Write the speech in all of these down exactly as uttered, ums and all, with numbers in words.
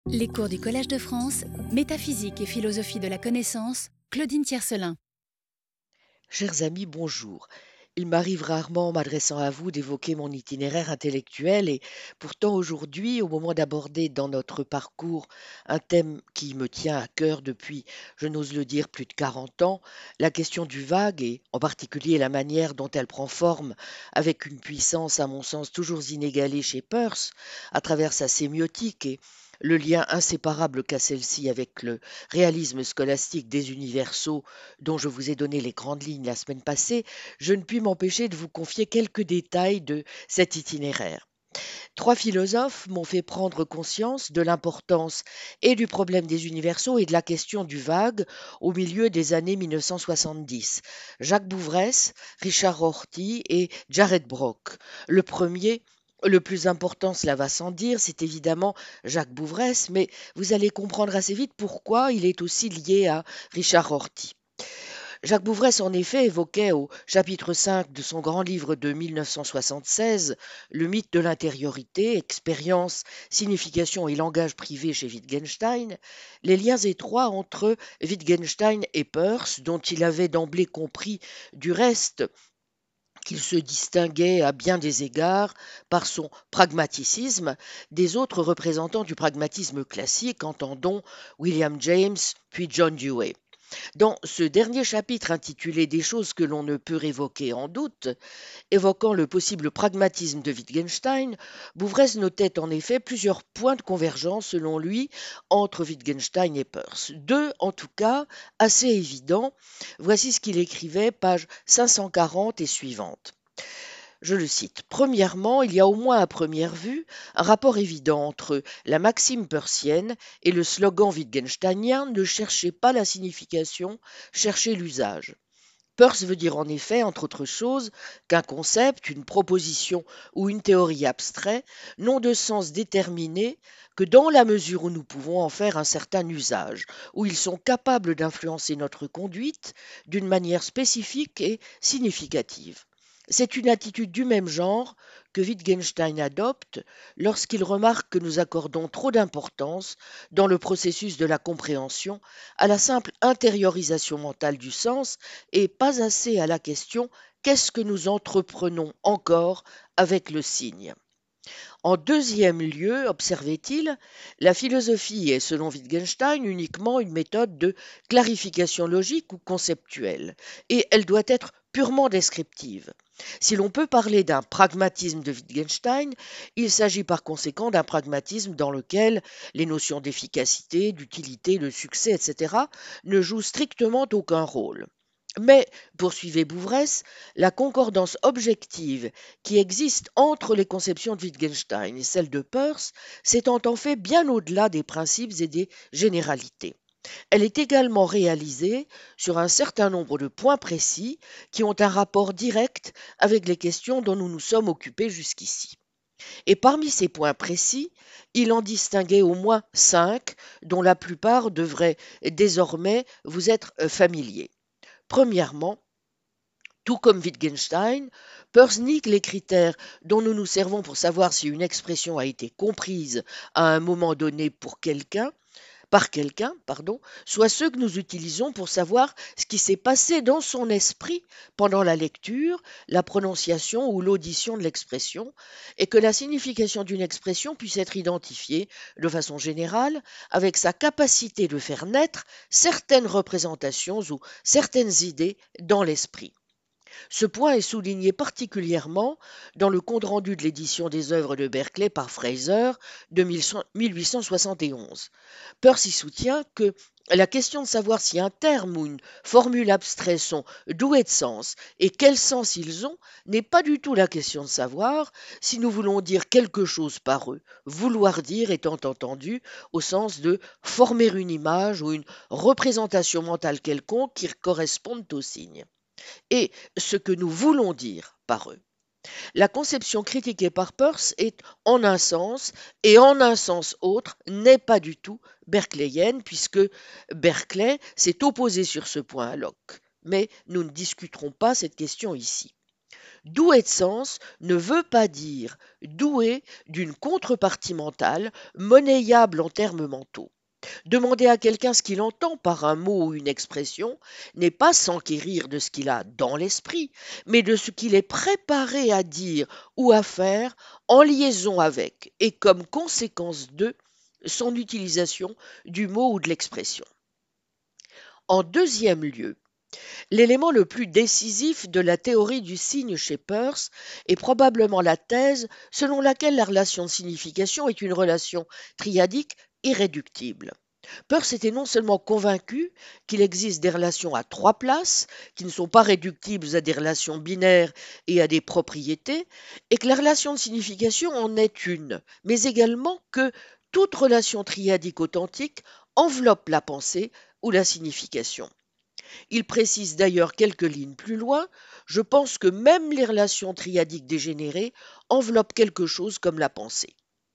Les cours du Collège de France, Métaphysique et philosophie de la connaissance, Claudine Tiercelin. Chers amis, bonjour. Il m'arrive rarement, en m'adressant à vous, d'évoquer mon itinéraire intellectuel et pourtant aujourd'hui, au moment d'aborder dans notre parcours un thème qui me tient à cœur depuis, je n'ose le dire, plus de quarante ans, la question du vague et en particulier la manière dont elle prend forme avec une puissance à mon sens toujours inégalée chez Peirce à travers sa sémiotique et le lien inséparable qu'a celle-ci avec le réalisme scolastique des universaux dont je vous ai donné les grandes lignes la semaine passée, je ne puis m'empêcher de vous confier quelques détails de cet itinéraire. Trois philosophes m'ont fait prendre conscience de l'importance et du problème des universaux et de la question du vague au milieu des années mille neuf cent soixante-dix. Jacques Bouvresse, Richard Rorty et Jared Brock. Le premier, le plus important, cela va sans dire, c'est évidemment Jacques Bouvresse, mais vous allez comprendre assez vite pourquoi il est aussi lié à Richard Rorty. Jacques Bouvresse, en effet, évoquait au chapitre cinq de son grand livre de mille neuf cent soixante-seize, Le mythe de l'intériorité, expérience, signification et langage privé chez Wittgenstein, les liens étroits entre Wittgenstein et Peirce, dont il avait d'emblée compris du reste qu'il se distinguait à bien des égards par son pragmaticisme des autres représentants du pragmatisme classique, entendons William James puis John Dewey. Dans ce dernier chapitre intitulé Des choses que l'on ne peut révoquer en doute, évoquant le possible pragmatisme de Wittgenstein, Bouvresse notait en effet plusieurs points de convergence selon lui entre Wittgenstein et Peirce. Deux en tout cas, assez évidents. Voici ce qu'il écrivait, page cinq cent quarante et suivante. Je le cite. Premièrement, il y a au moins à première vue un rapport évident entre la maxime peircienne et le slogan wittgensteinien ne cherchez pas la signification, cherchez l'usage. Peirce veut dire en effet, entre autres choses, qu'un concept, une proposition ou une théorie abstraite n'ont de sens déterminé que dans la mesure où nous pouvons en faire un certain usage, où ils sont capables d'influencer notre conduite d'une manière spécifique et significative. C'est une attitude du même genre que Wittgenstein adopte lorsqu'il remarque que nous accordons trop d'importance dans le processus de la compréhension à la simple intériorisation mentale du sens et pas assez à la question qu'est-ce que nous entreprenons encore avec le signe. En deuxième lieu, observait-il, la philosophie est, selon Wittgenstein, uniquement une méthode de clarification logique ou conceptuelle, et elle doit être purement descriptive. Si l'on peut parler d'un pragmatisme de Wittgenstein, il s'agit par conséquent d'un pragmatisme dans lequel les notions d'efficacité, d'utilité, de succès, et cetera ne jouent strictement aucun rôle. Mais, poursuivait Bouvresse, la concordance objective qui existe entre les conceptions de Wittgenstein et celles de Peirce s'étend en fait bien au-delà des principes et des généralités. Elle est également réalisée sur un certain nombre de points précis qui ont un rapport direct avec les questions dont nous nous sommes occupés jusqu'ici. Et parmi ces points précis, il en distinguait au moins cinq dont la plupart devraient désormais vous être familiers. Premièrement, tout comme Wittgenstein, Peirce nie que les critères dont nous nous servons pour savoir si une expression a été comprise à un moment donné pour quelqu'un, par quelqu'un, pardon, soient ceux que nous utilisons pour savoir ce qui s'est passé dans son esprit pendant la lecture, la prononciation ou l'audition de l'expression, et que la signification d'une expression puisse être identifiée, de façon générale, avec sa capacité de faire naître certaines représentations ou certaines idées dans l'esprit. Ce point est souligné particulièrement dans le compte-rendu de l'édition des œuvres de Berkeley par Fraser de mille huit cent soixante et onze. Peirce y soutient que la question de savoir si un terme ou une formule abstrait sont doués de sens et quel sens ils ont n'est pas du tout la question de savoir si nous voulons dire quelque chose par eux, vouloir dire étant entendu au sens de former une image ou une représentation mentale quelconque qui correspondent au signe et ce que nous voulons dire par eux. La conception critiquée par Peirce est en un sens, et en un sens autre, n'est pas du tout berkeleyenne, puisque Berkeley s'est opposé sur ce point à Locke. Mais nous ne discuterons pas cette question ici. Doué de sens ne veut pas dire doué d'une contrepartie mentale monnayable en termes mentaux. Demander à quelqu'un ce qu'il entend par un mot ou une expression n'est pas s'enquérir de ce qu'il a dans l'esprit, mais de ce qu'il est préparé à dire ou à faire en liaison avec et comme conséquence de son utilisation du mot ou de l'expression. En deuxième lieu, l'élément le plus décisif de la théorie du signe chez Peirce est probablement la thèse selon laquelle la relation de signification est une relation triadique irréductible. Peirce était non seulement convaincu qu'il existe des relations à trois places, qui ne sont pas réductibles à des relations binaires et à des propriétés, et que la relation de signification en est une, mais également que toute relation triadique authentique enveloppe la pensée ou la signification. Il précise d'ailleurs quelques lignes plus loin, je pense que même les relations triadiques dégénérées enveloppent quelque chose comme la pensée.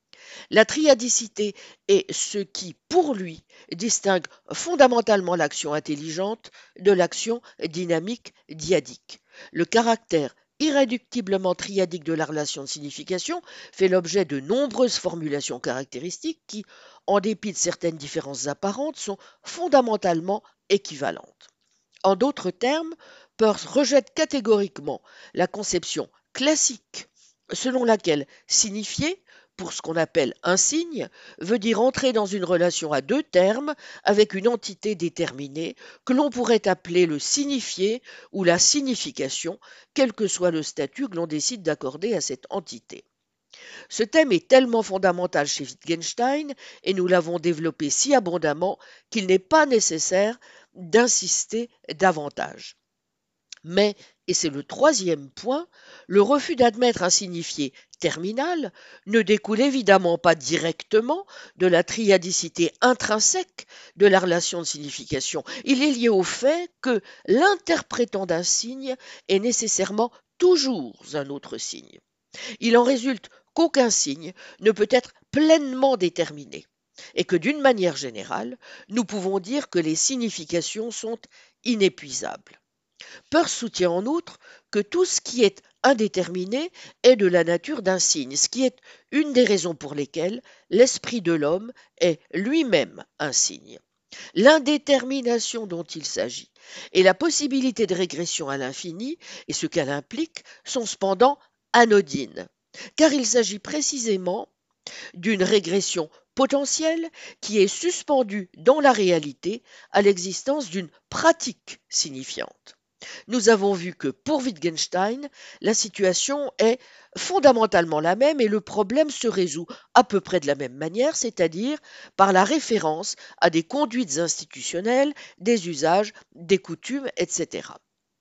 La triadicité est ce qui, pour lui, distingue fondamentalement l'action intelligente de l'action dynamique diadique. Le caractère irréductiblement triadique de la relation de signification fait l'objet de nombreuses formulations caractéristiques qui, en dépit de certaines différences apparentes, sont fondamentalement équivalentes. En d'autres termes, Peirce rejette catégoriquement la conception classique selon laquelle signifier, pour ce qu'on appelle un signe, veut dire entrer dans une relation à deux termes avec une entité déterminée que l'on pourrait appeler le signifié ou la signification, quel que soit le statut que l'on décide d'accorder à cette entité. Ce thème est tellement fondamental chez Wittgenstein et nous l'avons développé si abondamment qu'il n'est pas nécessaire d'insister davantage. Mais, et c'est le troisième point, le refus d'admettre un signifié terminal ne découle évidemment pas directement de la triadicité intrinsèque de la relation de signification. Il est lié au fait que l'interprétant d'un signe est nécessairement toujours un autre signe. Il en résulte qu'aucun signe ne peut être pleinement déterminé et que d'une manière générale, nous pouvons dire que les significations sont inépuisables. Peirce soutient en outre que tout ce qui est indéterminé est de la nature d'un signe, ce qui est une des raisons pour lesquelles l'esprit de l'homme est lui-même un signe. L'indétermination dont il s'agit et la possibilité de régression à l'infini et ce qu'elle implique sont cependant anodines, car il s'agit précisément d'une régression potentielle qui est suspendue dans la réalité à l'existence d'une pratique signifiante. Nous avons vu que pour Wittgenstein, la situation est fondamentalement la même et le problème se résout à peu près de la même manière, c'est-à-dire par la référence à des conduites institutionnelles, des usages, des coutumes, et cetera.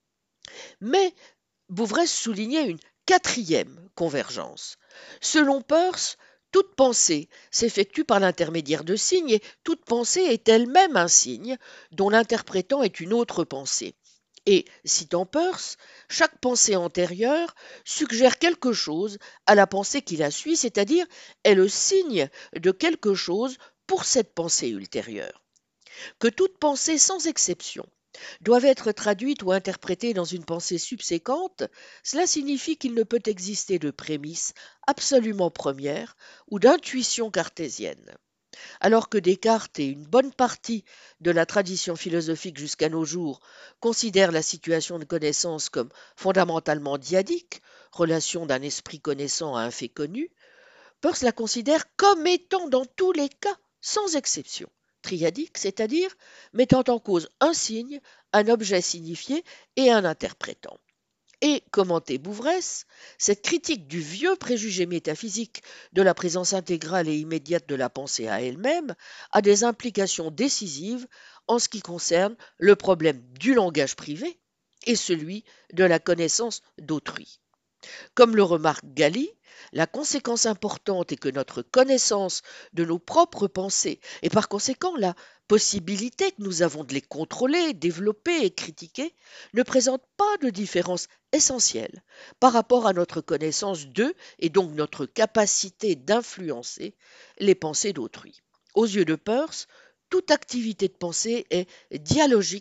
Mais Bouvresse soulignait une quatrième convergence. Selon Peirce, toute pensée s'effectue par l'intermédiaire de signes et toute pensée est elle-même un signe dont l'interprétant est une autre pensée. Et, citant Peirce, chaque pensée antérieure suggère quelque chose à la pensée qui la suit, c'est-à-dire est le signe de quelque chose pour cette pensée ultérieure. Que toute pensée, sans exception, doivent être traduites ou interprétées dans une pensée subséquente, cela signifie qu'il ne peut exister de prémisse absolument première ou d'intuition cartésienne. Alors que Descartes et une bonne partie de la tradition philosophique jusqu'à nos jours considèrent la situation de connaissance comme fondamentalement diadique, relation d'un esprit connaissant à un fait connu, Peirce la considère comme étant dans tous les cas, sans exception, triadique, c'est-à-dire mettant en cause un signe, un objet signifié et un interprétant. Et, commentait Bouvresse, cette critique du vieux préjugé métaphysique de la présence intégrale et immédiate de la pensée à elle-même a des implications décisives en ce qui concerne le problème du langage privé et celui de la connaissance d'autrui. Comme le remarque Galli, la conséquence importante est que notre connaissance de nos propres pensées et par conséquent la possibilité que nous avons de les contrôler, développer et critiquer ne présente pas de différence essentielle par rapport à notre connaissance d'eux et donc notre capacité d'influencer les pensées d'autrui. Aux yeux de Peirce, toute activité de pensée est dialogique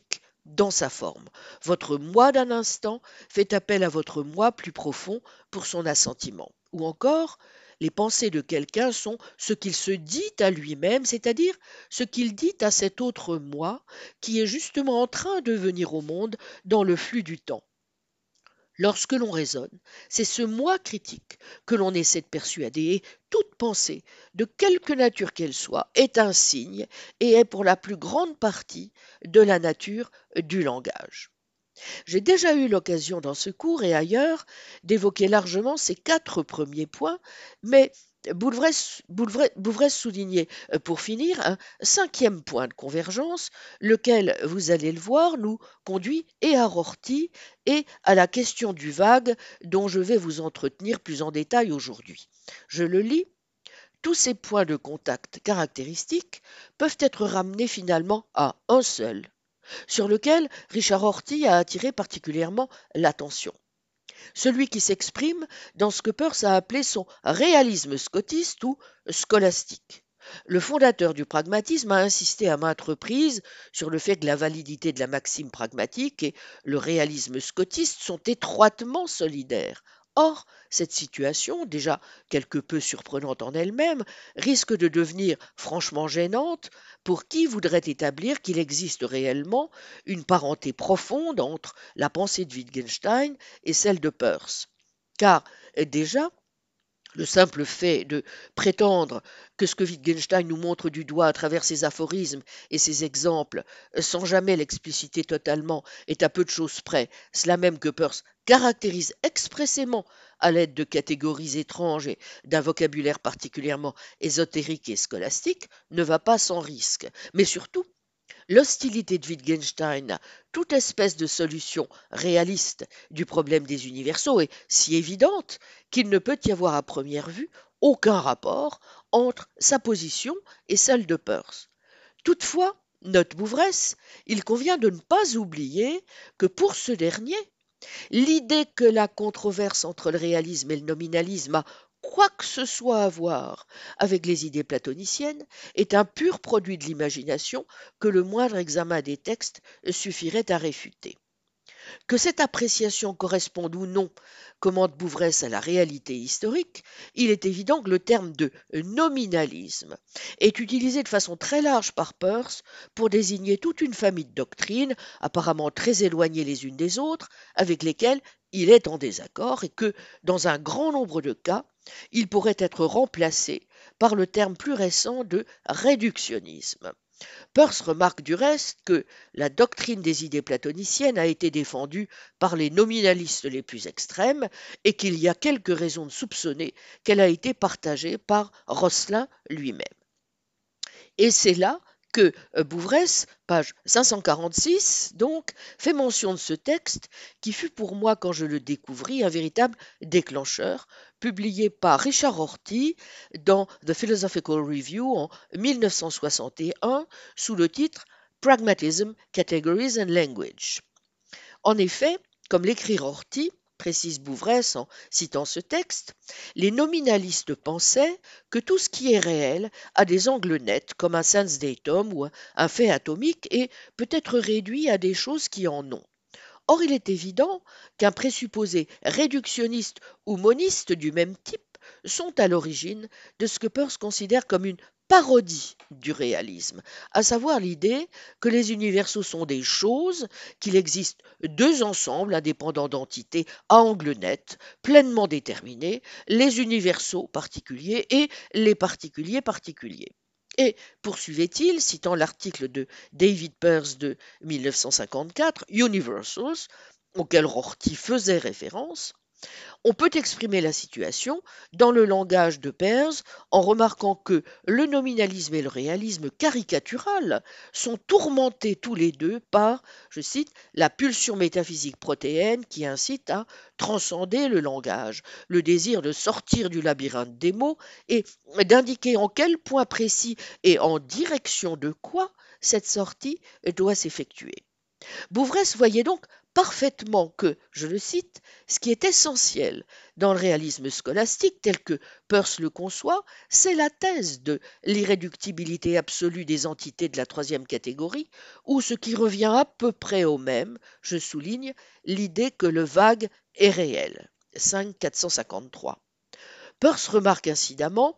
dans sa forme. Votre moi d'un instant fait appel à votre moi plus profond pour son assentiment. Ou encore, les pensées de quelqu'un sont ce qu'il se dit à lui-même, c'est-à-dire ce qu'il dit à cet autre moi qui est justement en train de venir au monde dans le flux du temps. Lorsque l'on raisonne, c'est ce moi critique que l'on essaie de persuader, et toute pensée, de quelque nature qu'elle soit, est un signe et est pour la plus grande partie de la nature du langage. J'ai déjà eu l'occasion dans ce cours et ailleurs d'évoquer largement ces quatre premiers points, mais Boulvresse, Boulvresse- Bouvresse soulignait euh, pour finir un cinquième point de convergence, lequel, vous allez le voir, nous conduit et à Rorty et à la question du vague dont je vais vous entretenir plus en détail aujourd'hui. Je le lis. Tous ces points de contact caractéristiques peuvent être ramenés finalement à un seul, sur lequel Richard Rorty a attiré particulièrement l'attention. Celui qui s'exprime dans ce que Peirce a appelé son réalisme scotiste ou scolastique. Le fondateur du pragmatisme a insisté à maintes reprises sur le fait que la validité de la maxime pragmatique et le réalisme scotiste sont étroitement solidaires. Or, cette situation, déjà quelque peu surprenante en elle-même, risque de devenir franchement gênante pour qui voudrait établir qu'il existe réellement une parenté profonde entre la pensée de Wittgenstein et celle de Peirce. Car déjà, le simple fait de prétendre que ce que Wittgenstein nous montre du doigt à travers ses aphorismes et ses exemples, sans jamais l'expliciter totalement, est à peu de choses près, cela même que Peirce caractérise expressément à l'aide de catégories étranges et d'un vocabulaire particulièrement ésotérique et scolastique, ne va pas sans risque. Mais surtout, l'hostilité de Wittgenstein à toute espèce de solution réaliste du problème des universaux est si évidente qu'il ne peut y avoir à première vue aucun rapport entre sa position et celle de Peirce. Toutefois, note Bouvresse, il convient de ne pas oublier que pour ce dernier, l'idée que la controverse entre le réalisme et le nominalisme a quoi que ce soit à voir avec les idées platoniciennes est un pur produit de l'imagination que le moindre examen des textes suffirait à réfuter. Que cette appréciation corresponde ou non, commente Bouvresse, à la réalité historique, il est évident que le terme de nominalisme est utilisé de façon très large par Peirce pour désigner toute une famille de doctrines, apparemment très éloignées les unes des autres, avec lesquelles il est en désaccord et que, dans un grand nombre de cas, il pourrait être remplacé par le terme plus récent de réductionnisme. Peirce remarque du reste que la doctrine des idées platoniciennes a été défendue par les nominalistes les plus extrêmes et qu'il y a quelques raisons de soupçonner qu'elle a été partagée par Rosselin lui-même. Et c'est là que euh, Bouvresse, page cinq cent quarante-six, donc, fait mention de ce texte qui fut pour moi, quand je le découvris, un véritable déclencheur, publié par Richard Rorty dans The Philosophical Review en mille neuf cent soixante et un sous le titre Pragmatism, Categories and Language. En effet, comme l'écrit Rorty, précise Bouvresse en citant ce texte, les nominalistes pensaient que tout ce qui est réel a des angles nets, comme un sense datum ou un fait atomique, et peut être réduit à des choses qui en ont. Or, il est évident qu'un présupposé réductionniste ou moniste du même type sont à l'origine de ce que Peirce considère comme une parodie du réalisme, à savoir l'idée que les universaux sont des choses, qu'il existe deux ensembles indépendants d'entités à angle net, pleinement déterminés, les universaux particuliers et les particuliers particuliers. Et poursuivait-il, citant l'article de David Peirce de mille neuf cent cinquante-quatre, Universals, auquel Rorty faisait référence, on peut exprimer la situation dans le langage de Peirce en remarquant que le nominalisme et le réalisme caricatural sont tourmentés tous les deux par, je cite, la pulsion métaphysique protéenne qui incite à transcender le langage, le désir de sortir du labyrinthe des mots et d'indiquer en quel point précis et en direction de quoi cette sortie doit s'effectuer. Bouvresse voyait donc parfaitement que, je le cite, ce qui est essentiel dans le réalisme scolastique tel que Peirce le conçoit, c'est la thèse de l'irréductibilité absolue des entités de la troisième catégorie, ou ce qui revient à peu près au même, je souligne, l'idée que le vague est réel. cinq quatre cent cinquante-trois. Peirce remarque incidemment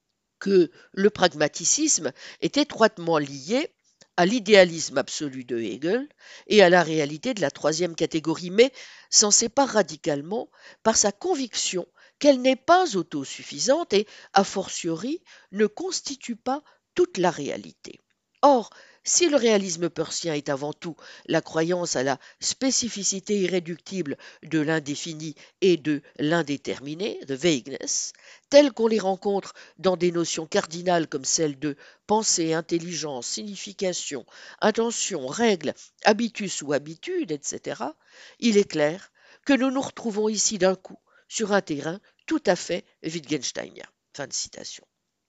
que le pragmaticisme est étroitement lié à l'idéalisme absolu de Hegel et à la réalité de la troisième catégorie, mais s'en sépare radicalement par sa conviction qu'elle n'est pas autosuffisante et, a fortiori, ne constitue pas toute la réalité. Or, si le réalisme peircien est avant tout la croyance à la spécificité irréductible de l'indéfini et de l'indéterminé, de vagueness, tels qu'on les rencontre dans des notions cardinales comme celles de pensée, intelligence, signification, intention, règle, habitus ou habitude, et cetera, il est clair que nous nous retrouvons ici d'un coup sur un terrain tout à fait Wittgensteinien. Fin de citation.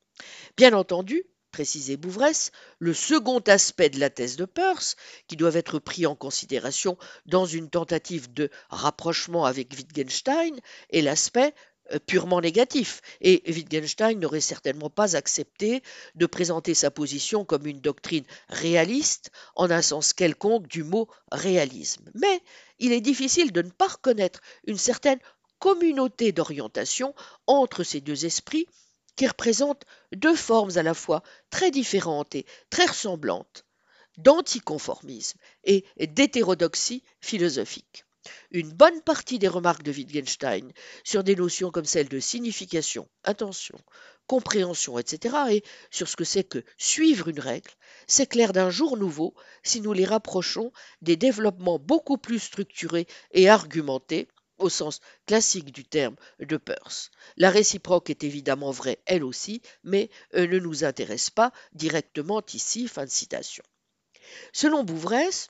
Bien entendu, précisait Bouvresse, le second aspect de la thèse de Peirce, qui doit être pris en considération dans une tentative de rapprochement avec Wittgenstein, est l'aspect euh, purement négatif, et Wittgenstein n'aurait certainement pas accepté de présenter sa position comme une doctrine réaliste en un sens quelconque du mot réalisme. Mais il est difficile de ne pas reconnaître une certaine communauté d'orientation entre ces deux esprits qui représentent deux formes à la fois très différentes et très ressemblantes d'anticonformisme et d'hétérodoxie philosophique. Une bonne partie des remarques de Wittgenstein sur des notions comme celles de signification, intention, compréhension, et cetera, et sur ce que c'est que suivre une règle, s'éclairent d'un jour nouveau si nous les rapprochons des développements beaucoup plus structurés et argumentés au sens classique du terme de Peirce. La réciproque est évidemment vraie elle aussi, mais euh, ne nous intéresse pas directement ici. Fin de citation. Selon Bouvresse,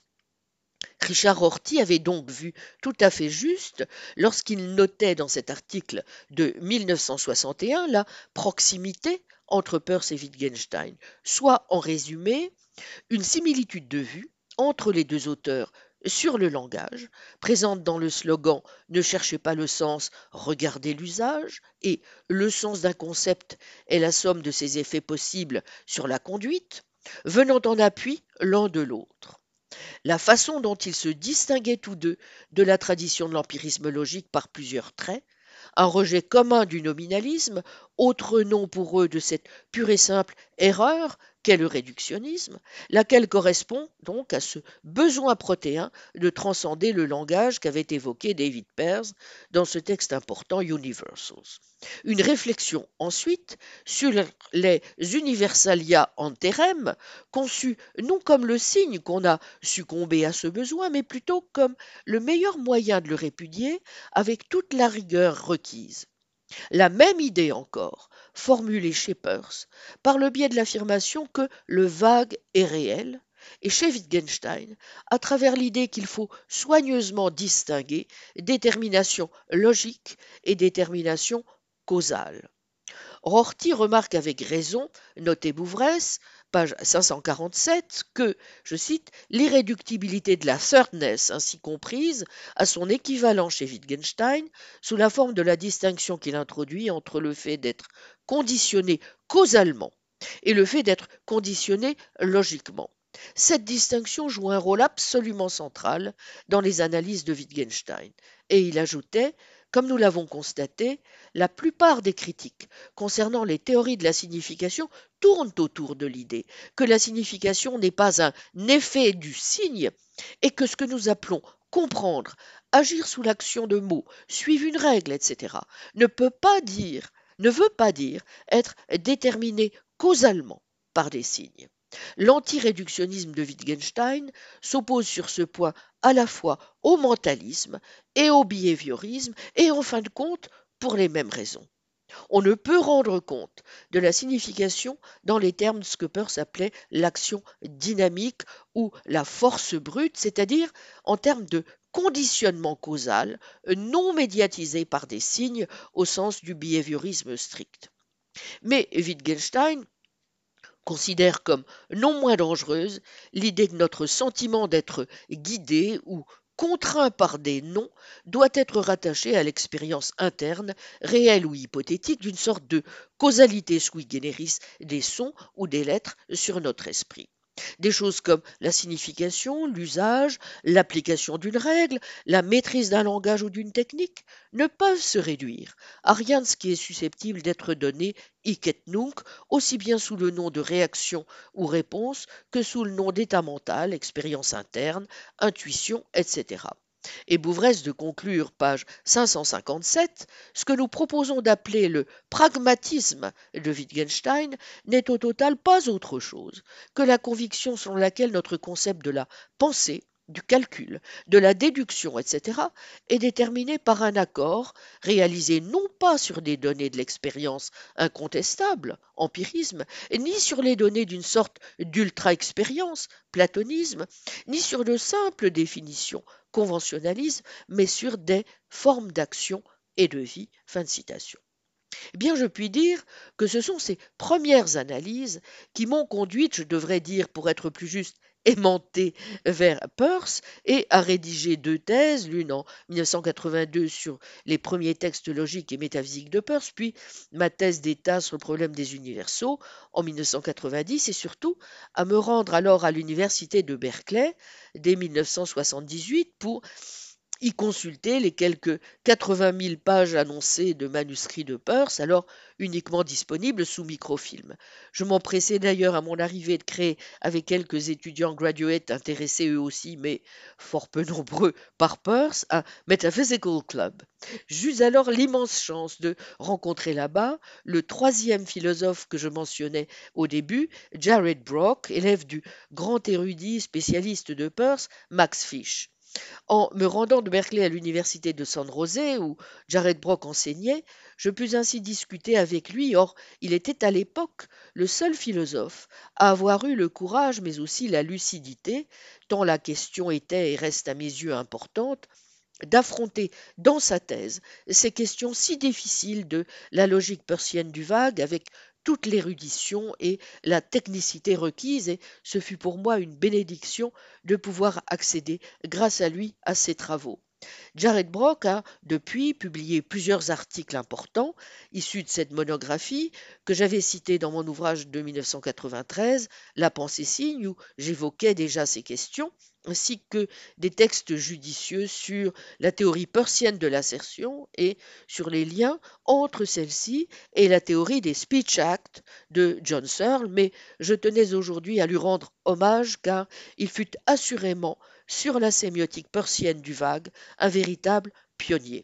Richard Rorty avait donc vu tout à fait juste lorsqu'il notait dans cet article de mille neuf cent soixante et un la proximité entre Peirce et Wittgenstein, soit en résumé une similitude de vue entre les deux auteurs sur le langage, présente dans le slogan Ne cherchez pas le sens, regardez l'usage, et le sens d'un concept est la somme de ses effets possibles sur la conduite, venant en appui l'un de l'autre. La façon dont ils se distinguaient tous deux de la tradition de l'empirisme logique par plusieurs traits, un rejet commun du nominalisme, autre nom pour eux de cette pure et simple erreur qu'est le réductionnisme, laquelle correspond donc à ce besoin protéin de transcender le langage qu'avait évoqué David Peirce dans ce texte important Universals. Une réflexion ensuite sur les universalia anterem, conçus non comme le signe qu'on a succombé à ce besoin, mais plutôt comme le meilleur moyen de le répudier avec toute la rigueur requise. La même idée encore, formulée chez Peirce, par le biais de l'affirmation que le vague est réel, et chez Wittgenstein, à travers l'idée qu'il faut soigneusement distinguer détermination logique et détermination causale. Rorty remarque avec raison, notez Bouvresse, page cinq cent quarante-sept, que, je cite, l'irréductibilité de la thirdness ainsi comprise a son équivalent chez Wittgenstein sous la forme de la distinction qu'il introduit entre le fait d'être conditionné causalement et le fait d'être conditionné logiquement. Cette distinction joue un rôle absolument central dans les analyses de Wittgenstein. Et il ajoutait, comme nous l'avons constaté, la plupart des critiques concernant les théories de la signification tournent autour de l'idée que la signification n'est pas un effet du signe et que ce que nous appelons comprendre, agir sous l'action de mots, suivre une règle, et cetera, ne peut pas dire, ne veut pas dire être déterminé causalement par des signes. L'antiréductionnisme de Wittgenstein s'oppose sur ce point à la fois au mentalisme et au behaviorisme, et en fin de compte, pour les mêmes raisons. On ne peut rendre compte de la signification dans les termes de ce que Peirce appelait l'action dynamique ou la force brute, c'est-à-dire en termes de conditionnement causal non médiatisé par des signes au sens du behaviorisme strict. Mais Wittgenstein considère comme non moins dangereuse l'idée que notre sentiment d'être guidé ou contraint par des noms doit être rattaché à l'expérience interne, réelle ou hypothétique, d'une sorte de causalité sui generis des sons ou des lettres sur notre esprit. Des choses comme la signification, l'usage, l'application d'une règle, la maîtrise d'un langage ou d'une technique ne peuvent se réduire à rien de ce qui est susceptible d'être donné hic et nunc, aussi bien sous le nom de réaction ou réponse que sous le nom d'état mental, expérience interne, intuition, et cetera. Et Bouvresse de conclure, page cinq cent cinquante-sept, ce que nous proposons d'appeler le pragmatisme de Wittgenstein n'est au total pas autre chose que la conviction selon laquelle notre concept de la pensée, du calcul, de la déduction, et cetera, est déterminé par un accord réalisé non pas sur des données de l'expérience incontestable, empirisme, ni sur les données d'une sorte d'ultra-expérience, platonisme, ni sur de simples définitions, conventionnalisme, mais sur des formes d'action et de vie. Fin de citation. Eh bien, je puis dire que ce sont ces premières analyses qui m'ont conduite, je devrais dire pour être plus juste, aimantée vers Peirce et à rédiger deux thèses, l'une en mille neuf cent quatre-vingt-deux sur les premiers textes logiques et métaphysiques de Peirce, puis ma thèse d'État sur le problème des universaux en mille neuf cent quatre-vingt-dix, et surtout à me rendre alors à l'université de Berkeley dès mille neuf cent soixante-dix-huit pour y consulter les quelques quatre-vingt mille pages annoncées de manuscrits de Peirce, alors uniquement disponibles sous microfilm. Je m'empressais d'ailleurs à mon arrivée de créer avec quelques étudiants graduates intéressés eux aussi, mais fort peu nombreux par Peirce, un Metaphysical Club. J'eus alors l'immense chance de rencontrer là-bas le troisième philosophe que je mentionnais au début, Jared Brock, élève du grand érudit spécialiste de Peirce, Max Fish. En me rendant de Berkeley à l'université de San José, où Jared Brock enseignait, je pus ainsi discuter avec lui. Or, il était à l'époque le seul philosophe à avoir eu le courage, mais aussi la lucidité, tant la question était et reste à mes yeux importante, d'affronter dans sa thèse ces questions si difficiles de la logique peircienne du vague avec toute l'érudition et la technicité requises, et ce fut pour moi une bénédiction de pouvoir accéder grâce à lui à ses travaux. Jared Brock a depuis publié plusieurs articles importants issus de cette monographie que j'avais citée dans mon ouvrage de mille neuf cent quatre-vingt-treize, La pensée signe, où j'évoquais déjà ces questions, ainsi que des textes judicieux sur la théorie peircienne de l'assertion et sur les liens entre celle-ci et la théorie des speech acts de John Searle, mais je tenais aujourd'hui à lui rendre hommage car il fut assurément, sur la sémiotique peircienne du vague, un véritable pionnier.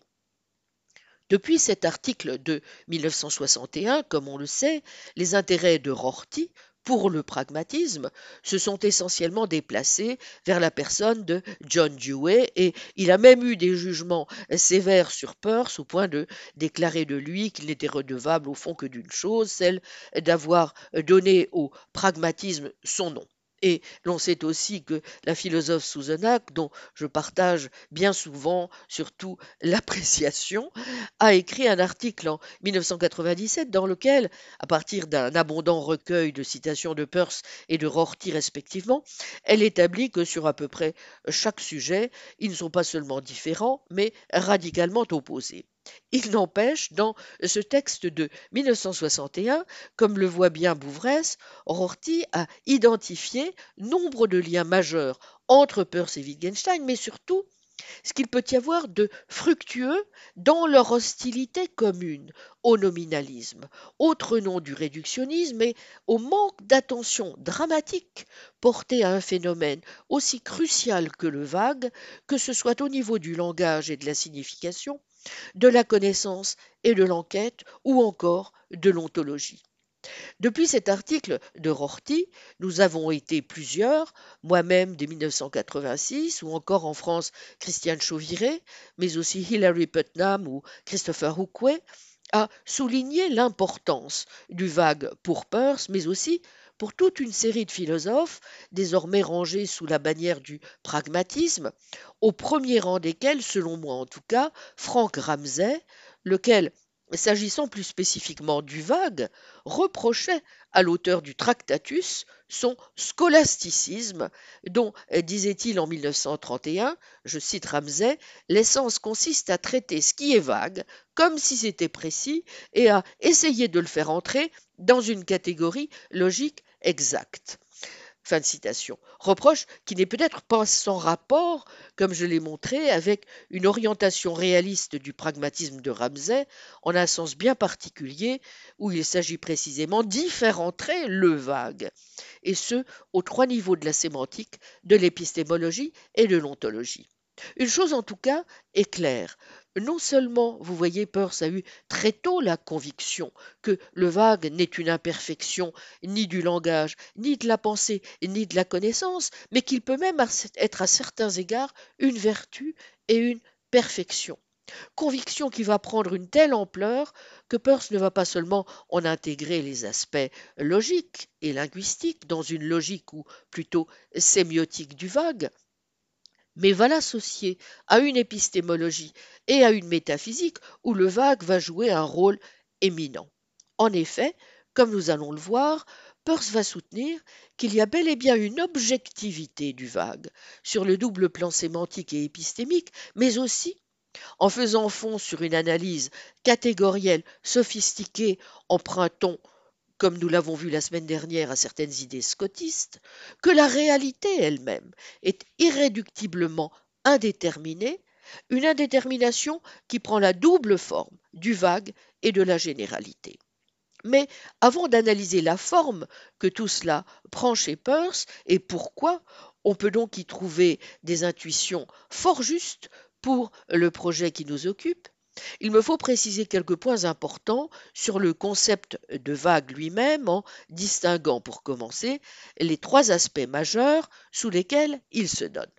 Depuis cet article de mille neuf cent soixante et un, comme on le sait, les intérêts de Rorty pour le pragmatisme se sont essentiellement déplacés vers la personne de John Dewey, et il a même eu des jugements sévères sur Peirce au point de déclarer de lui qu'il n'était redevable au fond que d'une chose, celle d'avoir donné au pragmatisme son nom. Et l'on sait aussi que la philosophe Susanach, dont je partage bien souvent surtout l'appréciation, a écrit un article en mille neuf cent quatre-vingt-dix-sept dans lequel, à partir d'un abondant recueil de citations de Peirce et de Rorty respectivement, elle établit que sur à peu près chaque sujet, ils ne sont pas seulement différents, mais radicalement opposés. Il n'empêche, dans ce texte de mille neuf cent soixante et un, comme le voit bien Bouvresse, Rorty a identifié nombre de liens majeurs entre Peirce et Wittgenstein, mais surtout ce qu'il peut y avoir de fructueux dans leur hostilité commune au nominalisme, autre nom du réductionnisme, et au manque d'attention dramatique porté à un phénomène aussi crucial que le vague, que ce soit au niveau du langage et de la signification, de la connaissance et de l'enquête, ou encore de l'ontologie. Depuis cet article de Rorty, nous avons été plusieurs, moi-même dès mille neuf cent quatre-vingt-six, ou encore en France Christiane Chauviré, mais aussi Hilary Putnam ou Christopher Hookway, à souligner l'importance du vague pour Peirce, mais aussi pour toute une série de philosophes, désormais rangés sous la bannière du pragmatisme, au premier rang desquels, selon moi en tout cas, Frank Ramsey, lequel s'agissant plus spécifiquement du vague, reprochait à l'auteur du Tractatus son scolasticisme, dont, euh, disait-il en mille neuf cent trente et un, je cite Ramsay, l'essence consiste à traiter ce qui est vague comme si c'était précis et à essayer de le faire entrer dans une catégorie logique exacte. Fin de citation. Reproche qui n'est peut-être pas sans rapport, comme je l'ai montré, avec une orientation réaliste du pragmatisme de Ramsay, en un sens bien particulier, où il s'agit précisément d'y faire entrer le vague, et ce, aux trois niveaux de la sémantique, de l'épistémologie et de l'ontologie. Une chose en tout cas est claire. Non seulement, vous voyez, Peirce a eu très tôt la conviction que le vague n'est une imperfection ni du langage, ni de la pensée, ni de la connaissance, mais qu'il peut même être à certains égards une vertu et une perfection. Conviction qui va prendre une telle ampleur que Peirce ne va pas seulement en intégrer les aspects logiques et linguistiques dans une logique ou plutôt sémiotique du vague, mais va l'associer à une épistémologie et à une métaphysique où le vague va jouer un rôle éminent. En effet, comme nous allons le voir, Peirce va soutenir qu'il y a bel et bien une objectivité du vague sur le double plan sémantique et épistémique, mais aussi en faisant fond sur une analyse catégorielle, sophistiquée, empruntant, comme nous l'avons vu la semaine dernière, à certaines idées scotistes, que la réalité elle-même est irréductiblement indéterminée, une indétermination qui prend la double forme du vague et de la généralité. Mais avant d'analyser la forme que tout cela prend chez Peirce et pourquoi, on peut donc y trouver des intuitions fort justes pour le projet qui nous occupe, il me faut préciser quelques points importants sur le concept de vague lui-même en distinguant pour commencer les trois aspects majeurs sous lesquels il se donne.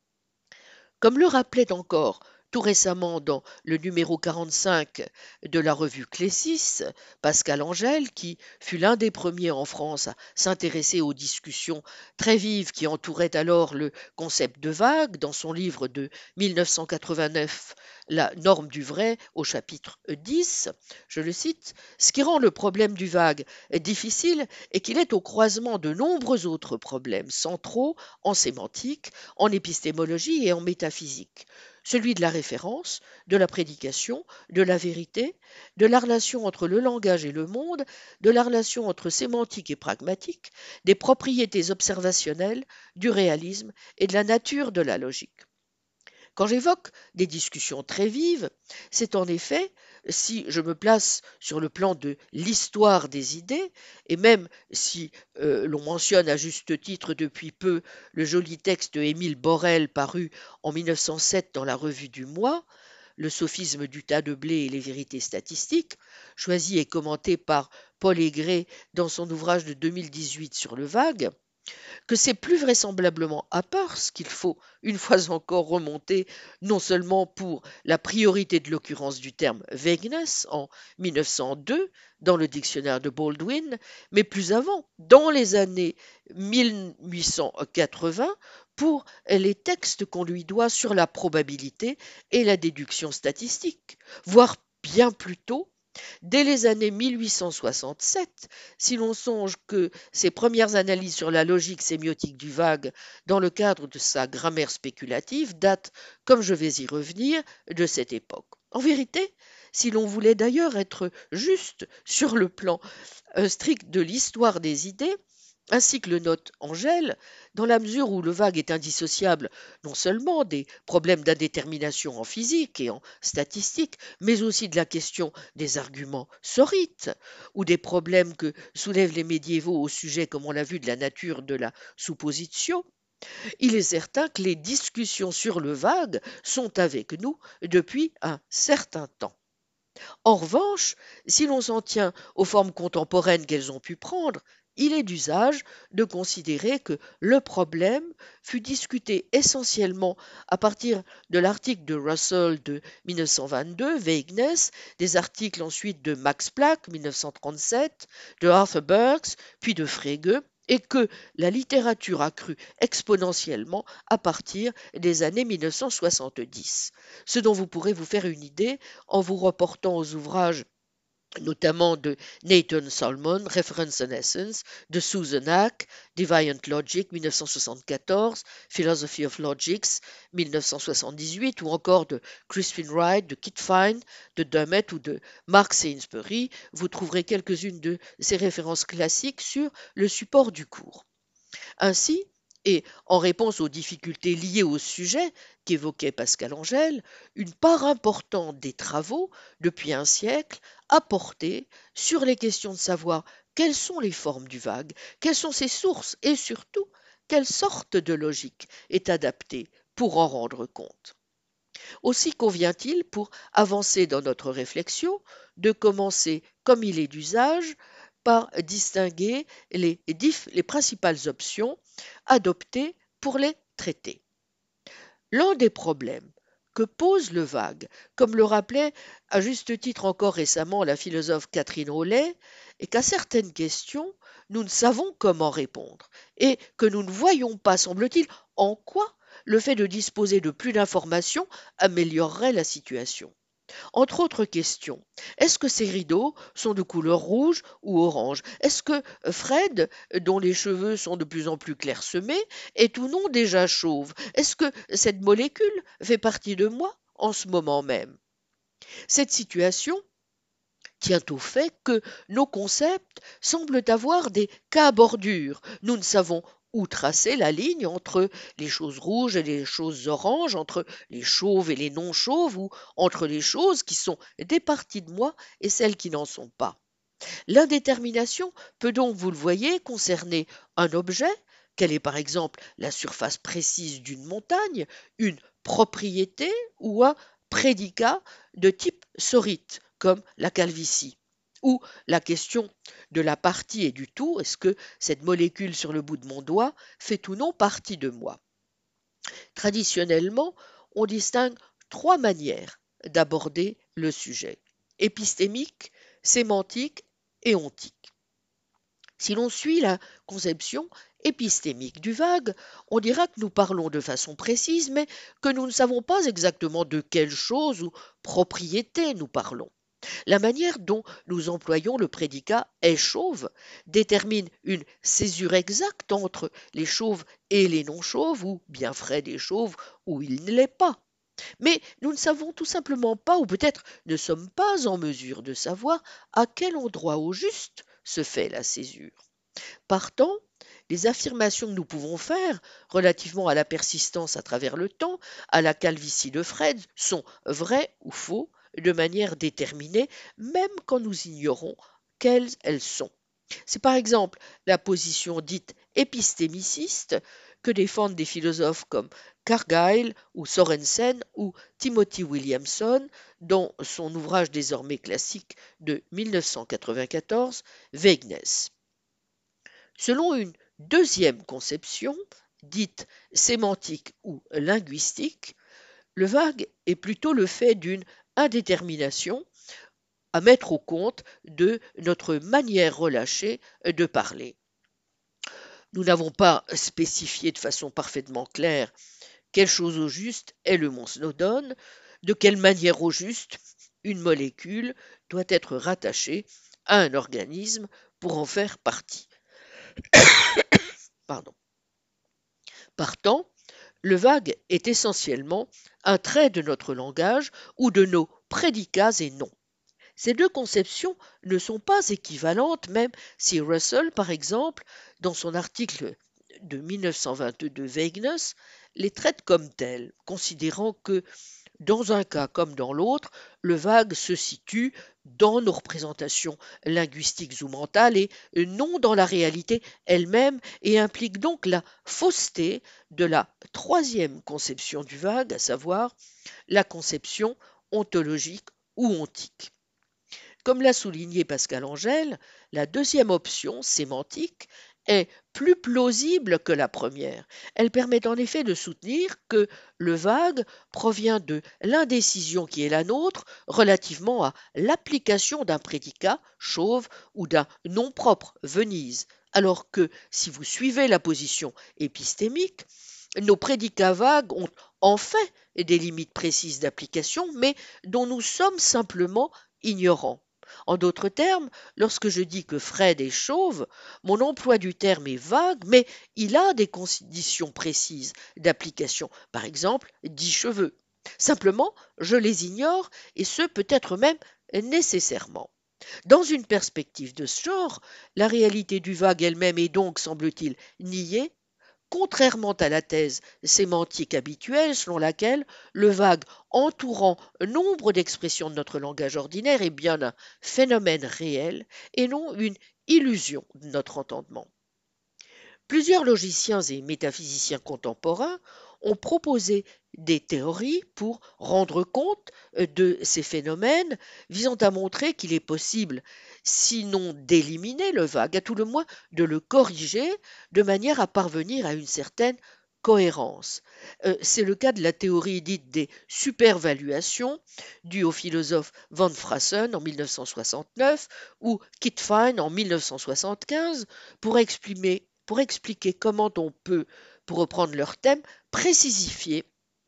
Comme le rappelait encore tout récemment dans le numéro quarante-cinq de la revue Clésis, Pascal Angèle, qui fut l'un des premiers en France à s'intéresser aux discussions très vives qui entouraient alors le concept de vague, dans son livre de mille neuf cent quatre-vingt-neuf, La norme du vrai, au chapitre dix, je le cite, ce qui rend le problème du vague difficile est qu'il est au croisement de nombreux autres problèmes centraux en sémantique, en épistémologie et en métaphysique. Celui de la référence, de la prédication, de la vérité, de la relation entre le langage et le monde, de la relation entre sémantique et pragmatique, des propriétés observationnelles, du réalisme et de la nature de la logique. Quand j'évoque des discussions très vives, c'est en effet, si je me place sur le plan de l'histoire des idées, et même si euh, l'on mentionne à juste titre depuis peu le joli texte d'Émile Borel paru en mille neuf cent sept dans la Revue du Mois, Le sophisme du tas de blé et les vérités statistiques, choisi et commenté par Paul Aigret dans son ouvrage de deux mille dix-huit sur le vague, que c'est plus vraisemblablement à Peirce qu'il faut, une fois encore, remonter, non seulement pour la priorité de l'occurrence du terme vagueness en mille neuf cent deux dans le dictionnaire de Baldwin, mais plus avant, dans les années mille huit cent quatre-vingts, pour les textes qu'on lui doit sur la probabilité et la déduction statistique, voire bien plus tôt, dès les années mille huit cent soixante-sept, si l'on songe que ses premières analyses sur la logique sémiotique du vague dans le cadre de sa grammaire spéculative datent, comme je vais y revenir, de cette époque. En vérité, si l'on voulait d'ailleurs être juste sur le plan euh, strict de l'histoire des idées, ainsi que le note Angèle, dans la mesure où le vague est indissociable non seulement des problèmes d'indétermination en physique et en statistique, mais aussi de la question des arguments sorites, ou des problèmes que soulèvent les médiévaux au sujet, comme on l'a vu, de la nature de la suppositio, il est certain que les discussions sur le vague sont avec nous depuis un certain temps. En revanche, si l'on s'en tient aux formes contemporaines qu'elles ont pu prendre, il est d'usage de considérer que le problème fut discuté essentiellement à partir de l'article de Russell de mille neuf cent vingt-deux, Vagueness, des articles ensuite de Max Planck, mille neuf cent trente-sept, de Arthur Burks, puis de Frege, et que la littérature a cru exponentiellement à partir des années mille neuf cent soixante-dix. Ce dont vous pourrez vous faire une idée en vous reportant aux ouvrages notamment de Nathan Salmon, Reference and Essence, de Susan Hack, Deviant Logic, mille neuf cent soixante-quatorze, Philosophy of Logics, mille neuf cent soixante-dix-huit, ou encore de Crispin Wright, de Kit Fine, de Dummett ou de Mark Sainsbury. Vous trouverez quelques-unes de ces références classiques sur le support du cours. Ainsi, et en réponse aux difficultés liées au sujet qu'évoquait Pascal Angèle, une part importante des travaux, depuis un siècle, a porté sur les questions de savoir quelles sont les formes du vague, quelles sont ses sources et surtout quelle sorte de logique est adaptée pour en rendre compte. Aussi convient-il, pour avancer dans notre réflexion, de commencer, comme il est d'usage, par distinguer les, les principales options adoptées pour les traiter. L'un des problèmes que pose le vague, comme le rappelait à juste titre encore récemment la philosophe Catherine Rollet, est qu'à certaines questions, nous ne savons comment répondre et que nous ne voyons pas, semble-t-il, en quoi le fait de disposer de plus d'informations améliorerait la situation. Entre autres questions, est-ce que ces rideaux sont de couleur rouge ou orange? Est-ce que Fred, dont les cheveux sont de plus en plus clairsemés, est ou non déjà chauve? Est-ce que cette molécule fait partie de moi en ce moment même? Cette situation tient au fait que nos concepts semblent avoir des cas à bordure. Nous ne savons où tracer la ligne entre les choses rouges et les choses oranges, entre les chauves et les non-chauves, ou entre les choses qui sont des parties de moi et celles qui n'en sont pas. L'indétermination peut donc, vous le voyez, concerner un objet, quelle est par exemple la surface précise d'une montagne, une propriété ou un prédicat de type sorite, comme la calvitie. Ou la question de la partie et du tout, est-ce que cette molécule sur le bout de mon doigt fait ou non partie de moi? Traditionnellement, on distingue trois manières d'aborder le sujet: épistémique, sémantique et ontique. Si l'on suit la conception épistémique du vague, on dira que nous parlons de façon précise, mais que nous ne savons pas exactement de quelle chose ou propriété nous parlons. La manière dont nous employons le prédicat est chauve détermine une césure exacte entre les chauves et les non-chauves, ou bien Fred est chauve ou il ne l'est pas. Mais nous ne savons tout simplement pas, ou peut-être ne sommes pas en mesure de savoir, à quel endroit au juste se fait la césure. Partant, les affirmations que nous pouvons faire relativement à la persistance à travers le temps, à la calvitie de Fred, sont vraies ou faux de manière déterminée, même quand nous ignorons quelles elles sont. C'est par exemple la position dite épistémiciste que défendent des philosophes comme Carlyle ou Sorensen ou Timothy Williamson dans son ouvrage désormais classique de mille neuf cent quatre-vingt-quatorze, Vagueness. Selon une deuxième conception, dite sémantique ou linguistique, le vague est plutôt le fait d'une indétermination à mettre au compte de notre manière relâchée de parler. Nous n'avons pas spécifié de façon parfaitement claire quelle chose au juste est le mont Snowdon, de quelle manière au juste une molécule doit être rattachée à un organisme pour en faire partie. Pardon. Partant, le vague est essentiellement un trait de notre langage ou de nos prédicats et noms. Ces deux conceptions ne sont pas équivalentes, même si Russell, par exemple, dans son article de mille neuf cent vingt-deux Vagueness, les traite comme telles, considérant que dans un cas comme dans l'autre, le vague se situe dans nos représentations linguistiques ou mentales et non dans la réalité elle-même, et implique donc la fausseté de la troisième conception du vague, à savoir la conception ontologique ou ontique. Comme l'a souligné Pascal Angèle, la deuxième option, sémantique, est plus plausible que la première. Elle permet en effet de soutenir que le vague provient de l'indécision qui est la nôtre relativement à l'application d'un prédicat chauve ou d'un nom propre Venise, alors que si vous suivez la position épistémique, nos prédicats vagues ont en fait des limites précises d'application, mais dont nous sommes simplement ignorants. En d'autres termes, lorsque je dis que Fred est chauve, mon emploi du terme est vague, mais il a des conditions précises d'application, par exemple dix cheveux. Simplement, je les ignore, et ce peut-être même nécessairement. Dans une perspective de ce genre, la réalité du vague elle-même est donc, semble-t-il, niée, contrairement à la thèse sémantique habituelle selon laquelle le vague entourant nombre d'expressions de notre langage ordinaire est bien un phénomène réel et non une illusion de notre entendement. Plusieurs logiciens et métaphysiciens contemporains ont proposé des théories pour rendre compte euh, de ces phénomènes, visant à montrer qu'il est possible, sinon d'éliminer le vague, à tout le moins de le corriger, de manière à parvenir à une certaine cohérence. Euh, C'est le cas de la théorie dite des supervaluations, due au philosophe Van Frassen en mille neuf cent soixante-neuf ou Kit Fine en mille neuf cent soixante-quinze, pour exprimer pour expliquer comment on peut, pour reprendre leur thème, précisifier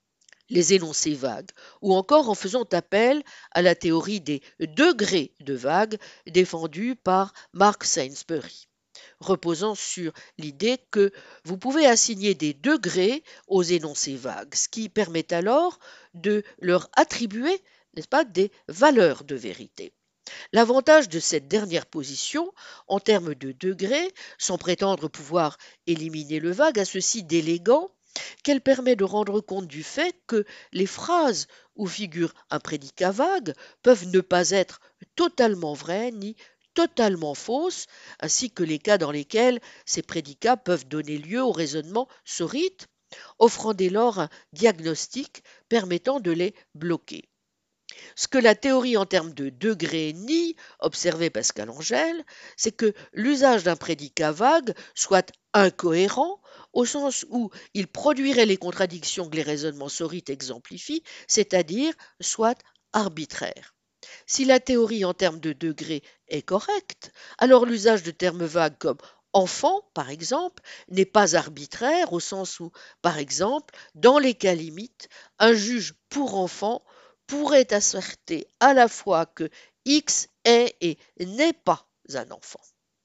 les énoncés vagues, ou encore en faisant appel à la théorie des degrés de vagues défendue par Mark Sainsbury, reposant sur l'idée que vous pouvez assigner des degrés aux énoncés vagues, ce qui permet alors de leur attribuer, n'est-ce pas, des valeurs de vérité. L'avantage de cette dernière position, en termes de degrés, sans prétendre pouvoir éliminer le vague, a ceci d'élégant qu'elle permet de rendre compte du fait que les phrases où figure un prédicat vague peuvent ne pas être totalement vraies ni totalement fausses, ainsi que les cas dans lesquels ces prédicats peuvent donner lieu au raisonnement sorite, offrant dès lors un diagnostic permettant de les bloquer. Ce que la théorie en termes de degrés nie, observait Pascal Angèle, c'est que l'usage d'un prédicat vague soit incohérent, au sens où il produirait les contradictions que les raisonnements sorites exemplifient, c'est-à-dire soit arbitraire. Si la théorie en termes de degrés est correcte, alors l'usage de termes vagues comme enfant, par exemple, n'est pas arbitraire au sens où, par exemple, dans les cas limites, un juge pour enfant pourrait asserter à la fois que X est et n'est pas un enfant.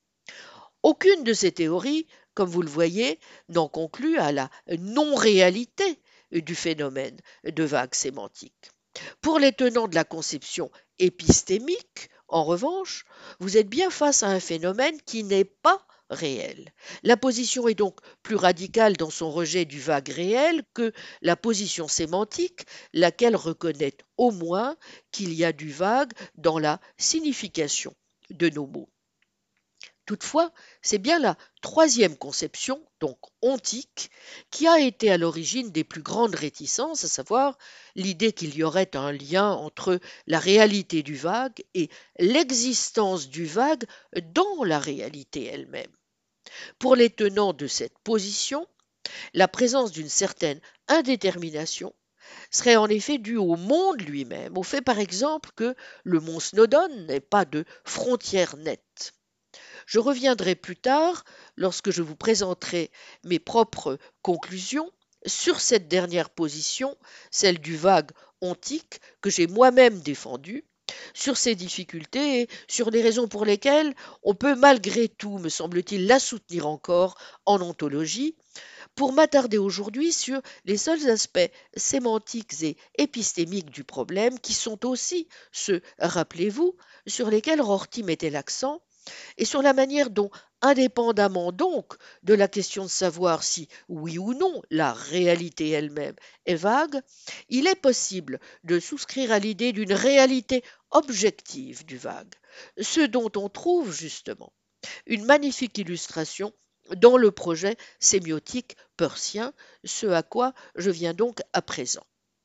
Aucune de ces théories, comme vous le voyez, n'en conclut à la non-réalité du phénomène de vague sémantique. Pour les tenants de la conception épistémique, en revanche, vous êtes bien face à un phénomène qui n'est pas réel. La position est donc plus radicale dans son rejet du vague réel que la position sémantique, laquelle reconnaît au moins qu'il y a du vague dans la signification de nos mots. Toutefois, c'est bien la troisième conception, donc ontique, qui a été à l'origine des plus grandes réticences, à savoir l'idée qu'il y aurait un lien entre la réalité du vague et l'existence du vague dans la réalité elle-même. Pour les tenants de cette position, la présence d'une certaine indétermination serait en effet due au monde lui-même, au fait par exemple que le mont Snowdon n'ait pas de frontières nettes. Je reviendrai plus tard, lorsque je vous présenterai mes propres conclusions, sur cette dernière position, celle du vague ontique, que j'ai moi-même défendue, sur ses difficultés et sur les raisons pour lesquelles on peut malgré tout, me semble-t-il, la soutenir encore en ontologie, pour m'attarder aujourd'hui sur les seuls aspects sémantiques et épistémiques du problème, qui sont aussi ceux, rappelez-vous, sur lesquels Rorty mettait l'accent, et sur la manière dont, indépendamment donc de la question de savoir si, oui ou non, la réalité elle-même est vague, il est possible de souscrire à l'idée d'une réalité objective du vague, ce dont on trouve justement une magnifique illustration dans le projet sémiotique peircien, ce à quoi je viens donc à présent.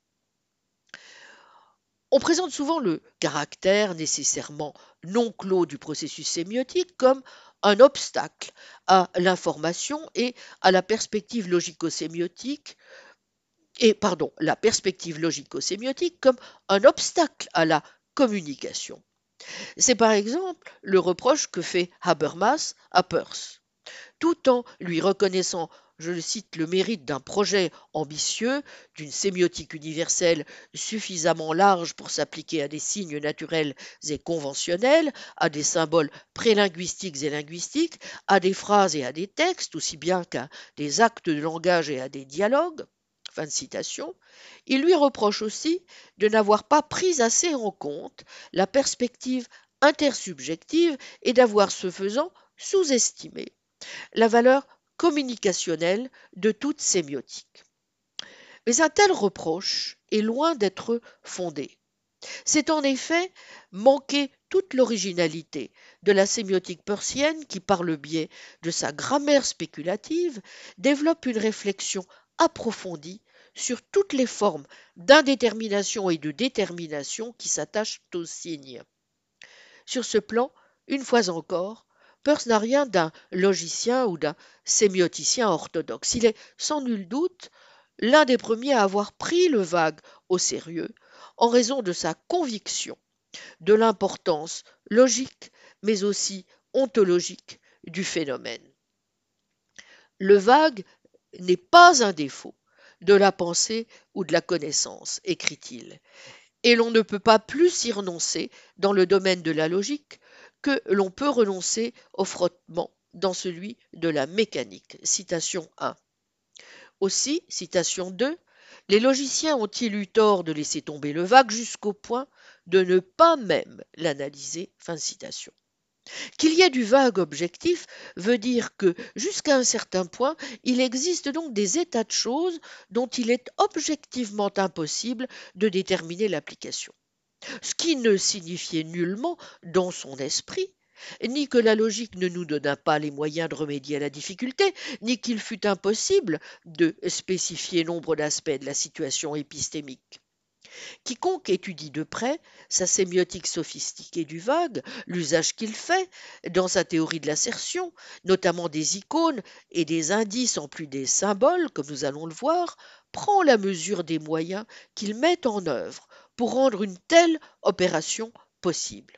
On présente souvent le caractère nécessairement non clos du processus sémiotique comme un obstacle à l'information et à la perspective logico-sémiotique, et pardon, la perspective logico-sémiotique comme un obstacle à la communication. C'est par exemple le reproche que fait Habermas à Peirce, tout en lui reconnaissant je le cite, le mérite d'un projet ambitieux, d'une sémiotique universelle suffisamment large pour s'appliquer à des signes naturels et conventionnels, à des symboles prélinguistiques et linguistiques, à des phrases et à des textes, aussi bien qu'à des actes de langage et à des dialogues. Fin de citation. Il lui reproche aussi de n'avoir pas pris assez en compte la perspective intersubjective et d'avoir, ce faisant, sous-estimé la valeur communicationnelle de toute sémiotique. Mais un tel reproche est loin d'être fondé. C'est en effet manquer toute l'originalité de la sémiotique peirsienne qui, par le biais de sa grammaire spéculative, développe une réflexion approfondie sur toutes les formes d'indétermination et de détermination qui s'attachent aux signes. Sur ce plan, une fois encore, Peirce n'a rien d'un logicien ou d'un sémioticien orthodoxe. Il est sans nul doute l'un des premiers à avoir pris le vague au sérieux en raison de sa conviction de l'importance logique mais aussi ontologique du phénomène. Le vague n'est pas un défaut de la pensée ou de la connaissance, écrit-il, et l'on ne peut pas plus y renoncer dans le domaine de la logique que l'on peut renoncer au frottement dans celui de la mécanique. Citation un. Aussi, citation deux, les logiciens ont-ils eu tort de laisser tomber le vague jusqu'au point de ne pas même l'analyser. Fin de citation. Qu'il y ait du vague objectif veut dire que, jusqu'à un certain point, il existe donc des états de choses dont il est objectivement impossible de déterminer l'application. Ce qui ne signifiait nullement, dans son esprit, ni que la logique ne nous donna pas les moyens de remédier à la difficulté, ni qu'il fût impossible de spécifier nombre d'aspects de la situation épistémique. Quiconque étudie de près sa sémiotique sophistiquée du vague, l'usage qu'il fait dans sa théorie de l'assertion, notamment des icônes et des indices en plus des symboles, comme nous allons le voir, prend la mesure des moyens qu'il met en œuvre pour rendre une telle opération possible.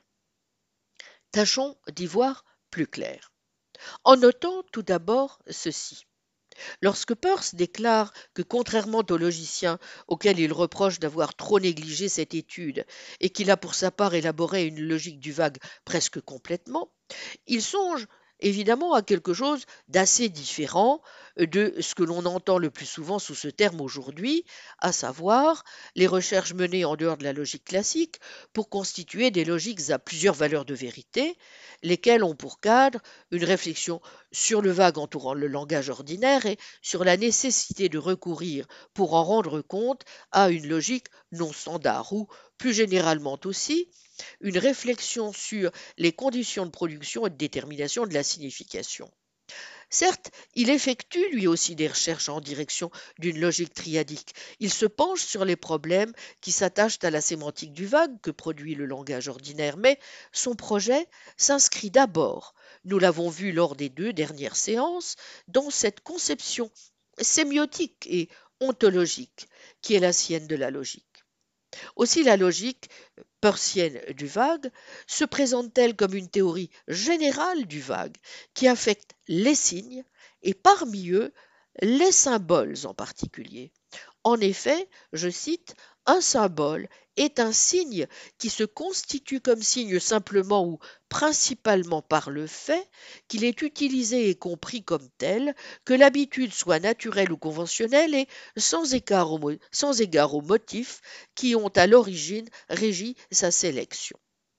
Tâchons d'y voir plus clair, en notant tout d'abord ceci. Lorsque Peirce déclare que, contrairement aux logiciens auxquels il reproche d'avoir trop négligé cette étude et qu'il a pour sa part élaboré une logique du vague presque complètement, il songe évidemment à quelque chose d'assez différent de ce que l'on entend le plus souvent sous ce terme aujourd'hui, à savoir les recherches menées en dehors de la logique classique pour constituer des logiques à plusieurs valeurs de vérité, lesquelles ont pour cadre une réflexion sur le vague entourant le langage ordinaire et sur la nécessité de recourir pour en rendre compte à une logique non standard ou, plus généralement aussi, une réflexion sur les conditions de production et de détermination de la signification. Certes, il effectue lui aussi des recherches en direction d'une logique triadique. Il se penche sur les problèmes qui s'attachent à la sémantique du vague que produit le langage ordinaire, mais son projet s'inscrit d'abord, nous l'avons vu lors des deux dernières séances, dans cette conception sémiotique et ontologique qui est la sienne de la logique. Aussi la logique peirsienne du vague se présente-t-elle comme une théorie générale du vague qui affecte les signes et parmi eux les symboles en particulier. En effet, je cite, un symbole est un signe qui se constitue comme signe simplement ou principalement par le fait qu'il est utilisé et compris comme tel, que l'habitude soit naturelle ou conventionnelle et sans égard aux, sans égard aux motifs qui ont à l'origine régi sa sélection.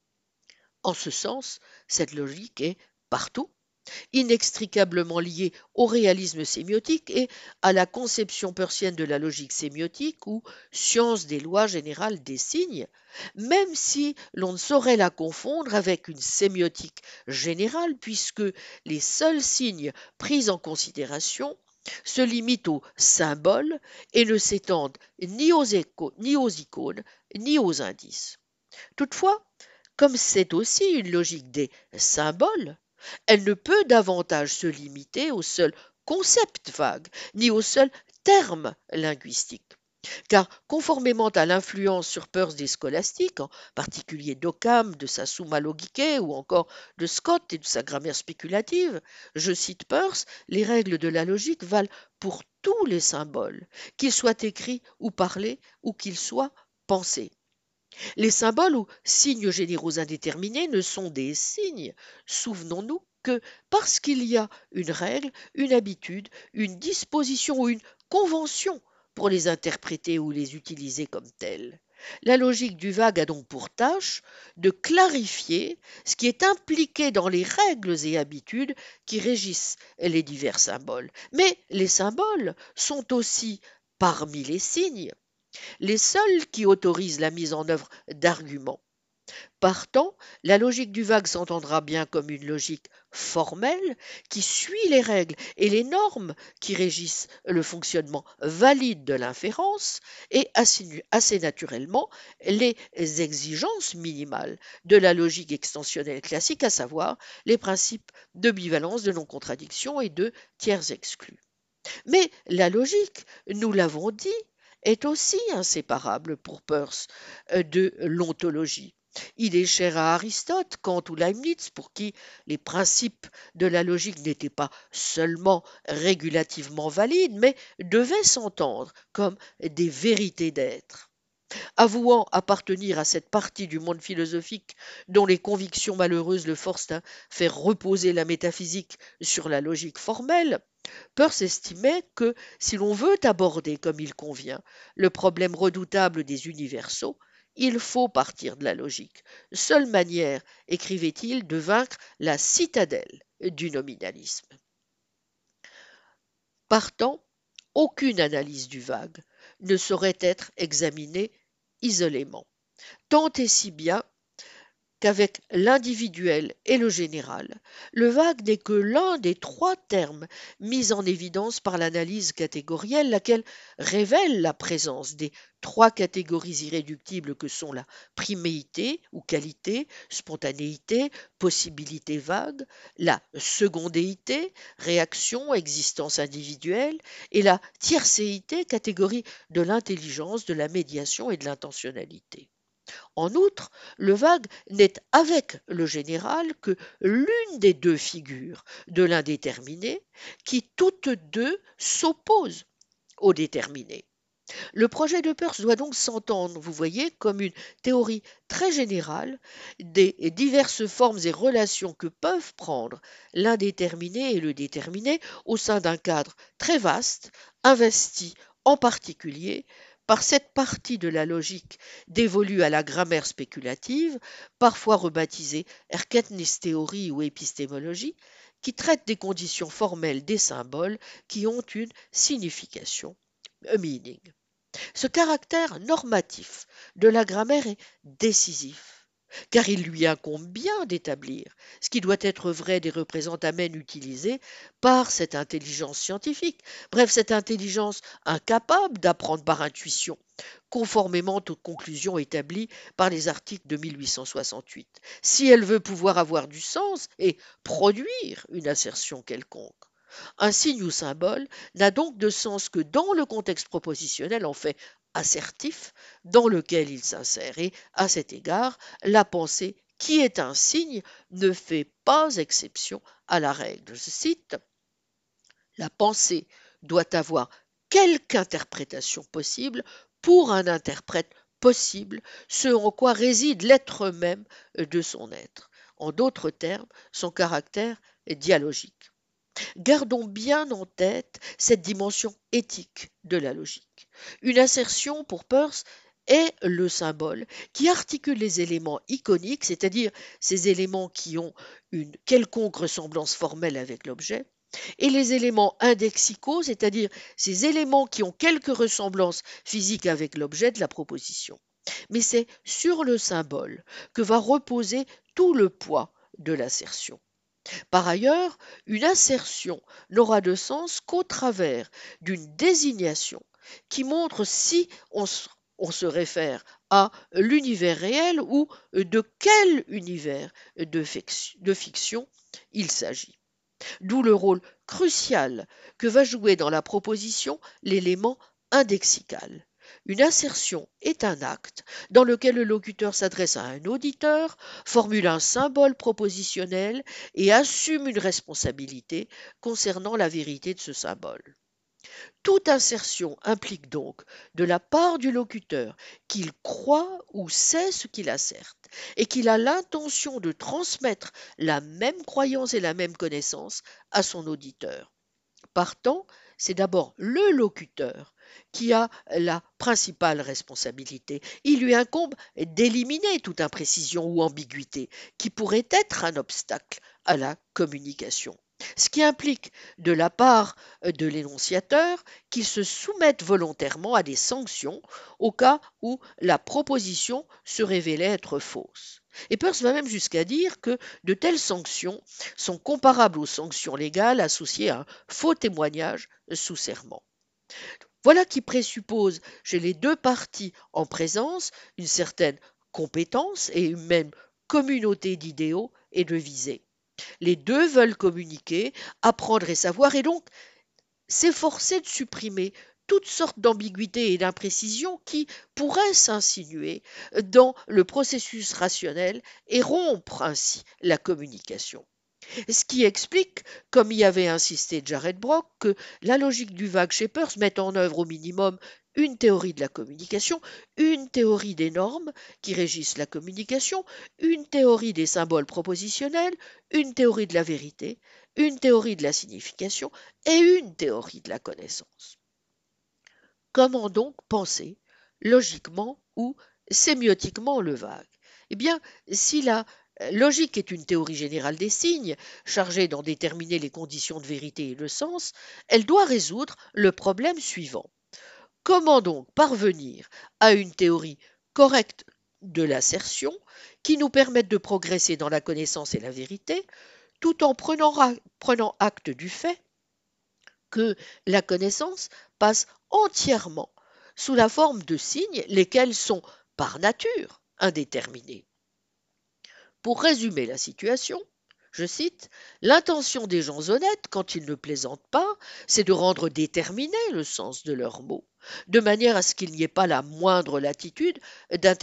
En ce sens, cette logique est partout, inextricablement liée au réalisme sémiotique et à la conception peirsienne de la logique sémiotique ou science des lois générales des signes, même si l'on ne saurait la confondre avec une sémiotique générale puisque les seuls signes pris en considération se limitent aux symboles et ne s'étendent ni aux, éco- ni aux icônes ni aux indices. Toutefois, comme c'est aussi une logique des symboles, elle ne peut davantage se limiter au seul concept vague, ni au seul terme linguistique. Car, conformément à l'influence sur Peirce des scolastiques, en particulier d'Occam, de sa Summa Logicae ou encore de Scott et de sa grammaire spéculative, je cite Peirce, les règles de la logique valent pour tous les symboles, qu'ils soient écrits ou parlés ou qu'ils soient pensés. Les symboles ou signes généraux indéterminés ne sont des signes, souvenons-nous, que parce qu'il y a une règle, une habitude, une disposition ou une convention pour les interpréter ou les utiliser comme tels. La logique du vague a donc pour tâche de clarifier ce qui est impliqué dans les règles et habitudes qui régissent les divers symboles. Mais les symboles sont aussi, parmi les signes, les seuls qui autorisent la mise en œuvre d'arguments. Partant, la logique du vague s'entendra bien comme une logique formelle qui suit les règles et les normes qui régissent le fonctionnement valide de l'inférence et assez, assez naturellement les exigences minimales de la logique extensionnelle classique, à savoir les principes de bivalence, de non-contradiction et de tiers exclus. Mais la logique, nous l'avons dit, est aussi inséparable pour Peirce euh, de l'ontologie. Il est cher à Aristote, Kant ou Leibniz, pour qui les principes de la logique n'étaient pas seulement régulativement valides, mais devaient s'entendre comme des vérités d'être. Avouant appartenir à cette partie du monde philosophique dont les convictions malheureuses le forcent à faire reposer la métaphysique sur la logique formelle, Peirce estimait que si l'on veut aborder comme il convient le problème redoutable des universaux, il faut partir de la logique. Seule manière, écrivait-il, de vaincre la citadelle du nominalisme. Partant, aucune analyse du vague ne saurait être examinée isolément, tant et si bien qu'avec l'individuel et le général, le vague n'est que l'un des trois termes mis en évidence par l'analyse catégorielle, laquelle révèle la présence des trois catégories irréductibles que sont la priméité ou qualité, spontanéité, possibilité vague, la secondéité, réaction, existence individuelle, et la tiercéité, catégorie de l'intelligence, de la médiation et de l'intentionnalité. En outre, le vague n'est avec le général que l'une des deux figures de l'indéterminé qui toutes deux s'opposent au déterminé. Le projet de Peirce doit donc s'entendre, vous voyez, comme une théorie très générale des diverses formes et relations que peuvent prendre l'indéterminé et le déterminé au sein d'un cadre très vaste, investi en particulier par cette partie de la logique dévolue à la grammaire spéculative, parfois rebaptisée Erkenntnistheorie ou épistémologie, qui traite des conditions formelles des symboles qui ont une signification, a meaning. Ce caractère normatif de la grammaire est décisif, car il lui incombe bien d'établir ce qui doit être vrai des représentamènes utilisés par cette intelligence scientifique, bref, cette intelligence incapable d'apprendre par intuition, conformément aux conclusions établies par les articles de mille huit cent soixante-huit, si elle veut pouvoir avoir du sens et produire une assertion quelconque. Un signe ou symbole n'a donc de sens que dans le contexte propositionnel, en fait assertif, dans lequel il s'insère. Et à cet égard, la pensée, qui est un signe, ne fait pas exception à la règle. Je cite, la pensée doit avoir quelque interprétation possible pour un interprète possible, ce en quoi réside l'être même de son être. En d'autres termes, son caractère est dialogique. Gardons bien en tête cette dimension éthique de la logique. Une assertion, pour Peirce, est le symbole qui articule les éléments iconiques, c'est-à-dire ces éléments qui ont une quelconque ressemblance formelle avec l'objet, et les éléments indexicaux, c'est-à-dire ces éléments qui ont quelque ressemblance physique avec l'objet de la proposition. Mais c'est sur le symbole que va reposer tout le poids de l'assertion. Par ailleurs, une assertion n'aura de sens qu'au travers d'une désignation qui montre si on se, on se réfère à l'univers réel ou de quel univers de, de fiction il s'agit. D'où le rôle crucial que va jouer dans la proposition l'élément indexical. Une assertion est un acte dans lequel le locuteur s'adresse à un auditeur, formule un symbole propositionnel et assume une responsabilité concernant la vérité de ce symbole. Toute insertion implique donc, de la part du locuteur, qu'il croit ou sait ce qu'il asserte, et qu'il a l'intention de transmettre la même croyance et la même connaissance à son auditeur. Partant, c'est d'abord le locuteur qui a la principale responsabilité. Il lui incombe d'éliminer toute imprécision ou ambiguïté qui pourrait être un obstacle à la communication. Ce qui implique de la part de l'énonciateur qu'il se soumette volontairement à des sanctions au cas où la proposition se révélait être fausse. Et Peirce va même jusqu'à dire que de telles sanctions sont comparables aux sanctions légales associées à un faux témoignage sous serment. Voilà qui présuppose chez les deux parties en présence une certaine compétence et une même communauté d'idéaux et de visées. Les deux veulent communiquer, apprendre et savoir, et donc s'efforcer de supprimer toutes sortes d'ambiguïtés et d'imprécisions qui pourraient s'insinuer dans le processus rationnel et rompre ainsi la communication. Ce qui explique, comme y avait insisté Jared Brock, que la logique du vague chez Peirce met en œuvre au minimum une théorie de la communication, une théorie des normes qui régissent la communication, une théorie des symboles propositionnels, une théorie de la vérité, une théorie de la signification et une théorie de la connaissance. Comment donc penser logiquement ou sémiotiquement le vague? Eh bien, si la logique est une théorie générale des signes, chargée d'en déterminer les conditions de vérité et de sens, elle doit résoudre le problème suivant. Comment donc parvenir à une théorie correcte de l'assertion qui nous permette de progresser dans la connaissance et la vérité, tout en prenant, prenant acte du fait que la connaissance passe entièrement sous la forme de signes, lesquels sont par nature indéterminés. Pour résumer la situation, je cite, « L'intention des gens honnêtes, quand ils ne plaisantent pas, c'est de rendre déterminé le sens de leurs mots, de manière à ce qu'il n'y ait pas la moindre latitude d'interprétation. »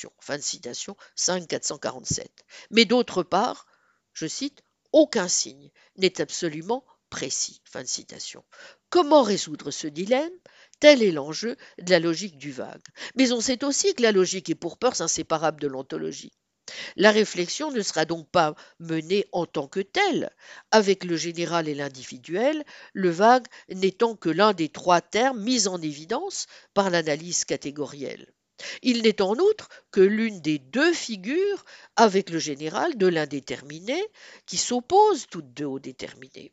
Fin de citation, cinq quatre cent quarante-sept. Mais d'autre part, je cite, « Aucun signe n'est absolument précis. » Fin de citation. Comment résoudre ce dilemme? Tel est l'enjeu de la logique du vague. Mais on sait aussi que la logique est pour Peirce inséparable de l'ontologie. La réflexion ne sera donc pas menée en tant que telle, avec le général et l'individuel, le vague n'étant que l'un des trois termes mis en évidence par l'analyse catégorielle. Il n'est en outre que l'une des deux figures, avec le général, de l'indéterminé, qui s'opposent toutes deux au déterminé.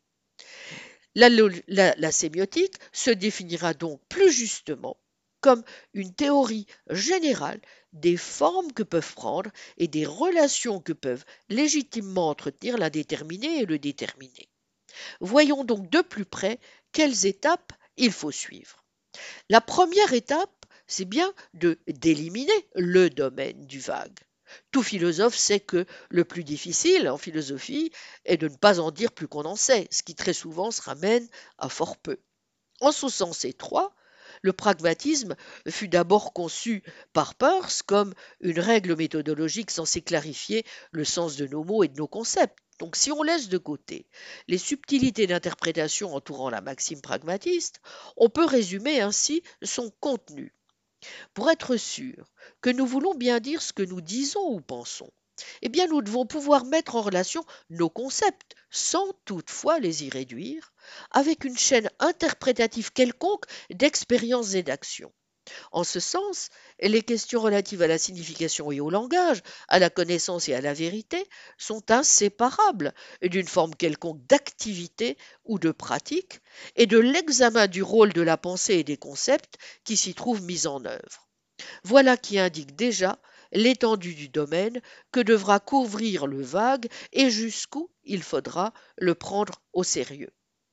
La, la, la sémiotique se définira donc plus justement comme une théorie générale des formes que peuvent prendre et des relations que peuvent légitimement entretenir l'indéterminé et le déterminé. Voyons donc de plus près quelles étapes il faut suivre. La première étape, c'est bien de d'éliminer le domaine du vague. Tout philosophe sait que le plus difficile en philosophie est de ne pas en dire plus qu'on en sait, ce qui très souvent se ramène à fort peu. En ce sens étroit, le pragmatisme fut d'abord conçu par Peirce comme une règle méthodologique censée clarifier le sens de nos mots et de nos concepts. Donc si on laisse de côté les subtilités d'interprétation entourant la maxime pragmatiste, on peut résumer ainsi son contenu. Pour être sûr que nous voulons bien dire ce que nous disons ou pensons, eh bien nous devons pouvoir mettre en relation nos concepts, sans toutefois les y réduire, avec une chaîne interprétative quelconque d'expériences et d'actions. En ce sens, les questions relatives à la signification et au langage, à la connaissance et à la vérité sont inséparables d'une forme quelconque d'activité ou de pratique et de l'examen du rôle de la pensée et des concepts qui s'y trouvent mis en œuvre. Voilà qui indique déjà l'étendue du domaine que devra couvrir le vague et jusqu'où il faudra le prendre au sérieux.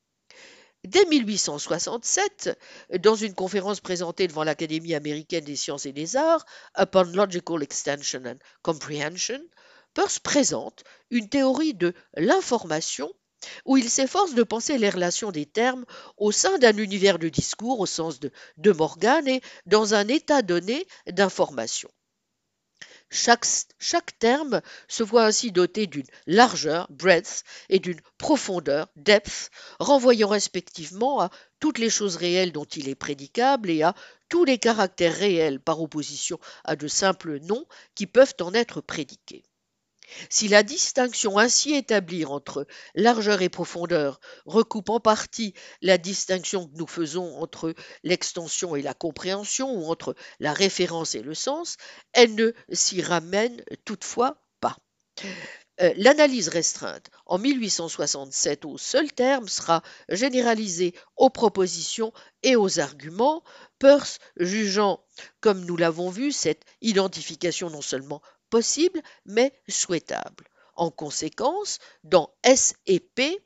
Dès mille huit cent soixante-sept, dans une conférence présentée devant l'Académie américaine des sciences et des arts, Upon Logical Extension and Comprehension, Peirce présente une théorie de l'information où il s'efforce de penser les relations des termes au sein d'un univers de discours, au sens de, de Morgan, et dans un état donné d'information. Chaque, chaque terme se voit ainsi doté d'une largeur, breadth, et d'une profondeur, depth, renvoyant respectivement à toutes les choses réelles dont il est prédicable et à tous les caractères réels par opposition à de simples noms qui peuvent en être prédiqués. Si la distinction ainsi établie entre largeur et profondeur recoupe en partie la distinction que nous faisons entre l'extension et la compréhension, ou entre la référence et le sens, elle ne s'y ramène toutefois pas. Euh, L'analyse restreinte en mille huit cent soixante-sept au seul terme sera généralisée aux propositions et aux arguments, Peirce jugeant, comme nous l'avons vu, cette identification non seulement possible, mais souhaitable. En conséquence, dans S et P,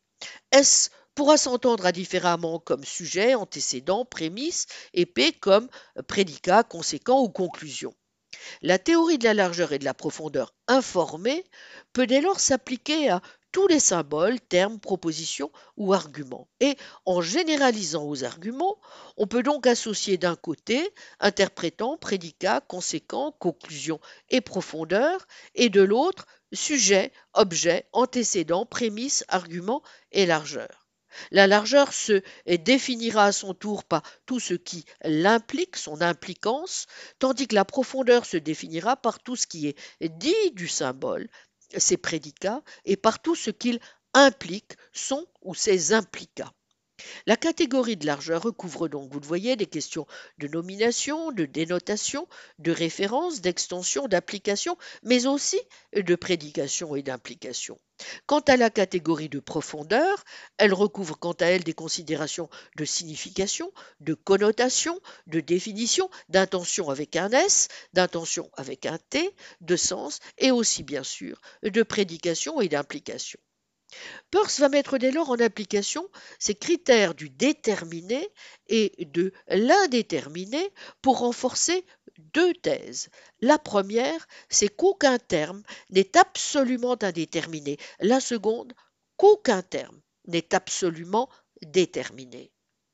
S pourra s'entendre indifféremment comme sujet, antécédent, prémisse, et P comme prédicat, conséquent ou conclusion. La théorie de la largeur et de la profondeur informée peut dès lors s'appliquer à tous les symboles, termes, propositions ou arguments. Et en généralisant aux arguments, on peut donc associer d'un côté interprétant, prédicat, conséquent, conclusion et profondeur, et de l'autre sujet, objet, antécédent, prémisse, argument et largeur. La largeur se définira à son tour par tout ce qui l'implique, son impliquance, tandis que la profondeur se définira par tout ce qui est dit du symbole, ses prédicats, et par tout ce qu'il implique, son ou ses implicats. La catégorie de largeur recouvre donc, vous le voyez, des questions de nomination, de dénotation, de référence, d'extension, d'application, mais aussi de prédication et d'implication. Quant à la catégorie de profondeur, elle recouvre quant à elle des considérations de signification, de connotation, de définition, d'intention avec un S, d'intention avec un T, de sens, et aussi bien sûr de prédication et d'implication. Peirce va mettre dès lors en application ces critères du déterminé et de l'indéterminé pour renforcer deux thèses. La première, c'est qu'aucun terme n'est absolument indéterminé. La seconde, qu'aucun terme n'est absolument déterminé.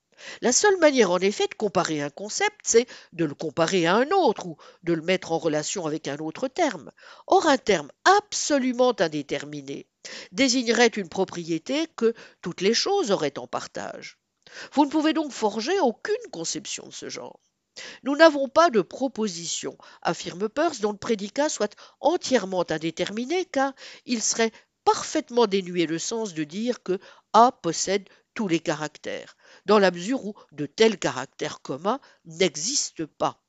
La seule manière, en effet, de comparer un concept, c'est de le comparer à un autre ou de le mettre en relation avec un autre terme. Or, un terme absolument indéterminé désignerait une propriété que toutes les choses auraient en partage. Vous ne pouvez donc forger aucune conception de ce genre. Nous n'avons pas de proposition, affirme Peirce, dont le prédicat soit entièrement indéterminé, car il serait parfaitement dénué de sens de dire que A possède tous les caractères, dans la mesure où de tels caractères communs n'existent pas.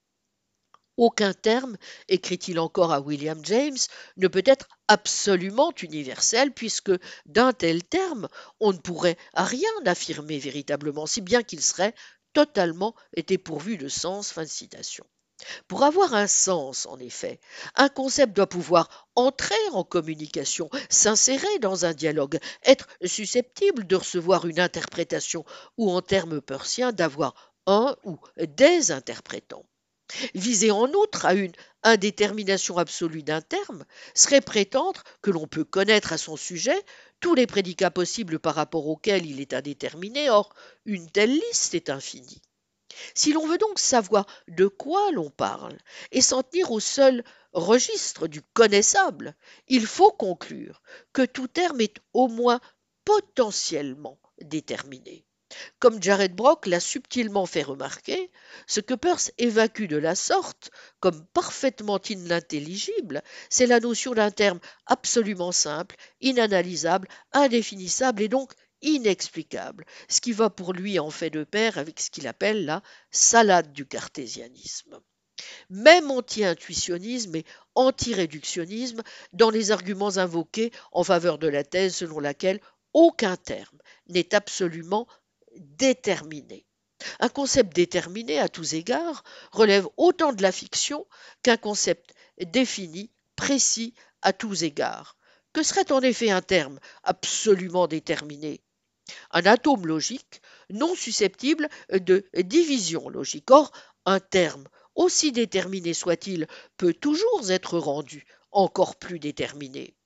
Aucun terme, écrit-il encore à William James, ne peut être absolument universel, puisque d'un tel terme, on ne pourrait rien affirmer véritablement, si bien qu'il serait totalement dépourvu de sens. Fin de citation. Pour avoir un sens, en effet, un concept doit pouvoir entrer en communication, s'insérer dans un dialogue, être susceptible de recevoir une interprétation ou, en termes peirciens, d'avoir un ou des interprétants. Viser en outre à une indétermination absolue d'un terme serait prétendre que l'on peut connaître à son sujet tous les prédicats possibles par rapport auxquels il est indéterminé. Or, une telle liste est infinie. Si l'on veut donc savoir de quoi l'on parle et s'en tenir au seul registre du connaissable, il faut conclure que tout terme est au moins potentiellement déterminé. Comme Jared Brock l'a subtilement fait remarquer, ce que Peirce évacue de la sorte comme parfaitement inintelligible, c'est la notion d'un terme absolument simple, inanalysable, indéfinissable et donc inexplicable, ce qui va pour lui en fait de pair avec ce qu'il appelle la salade du cartésianisme. Même anti-intuitionnisme et anti-réductionnisme dans les arguments invoqués en faveur de la thèse selon laquelle aucun terme n'est absolument déterminé. Un concept déterminé à tous égards relève autant de la fiction qu'un concept défini, précis à tous égards. Que serait en effet un terme absolument déterminé? Un atome logique non susceptible de division logique. Or, un terme, aussi déterminé soit-il, peut toujours être rendu encore plus déterminé.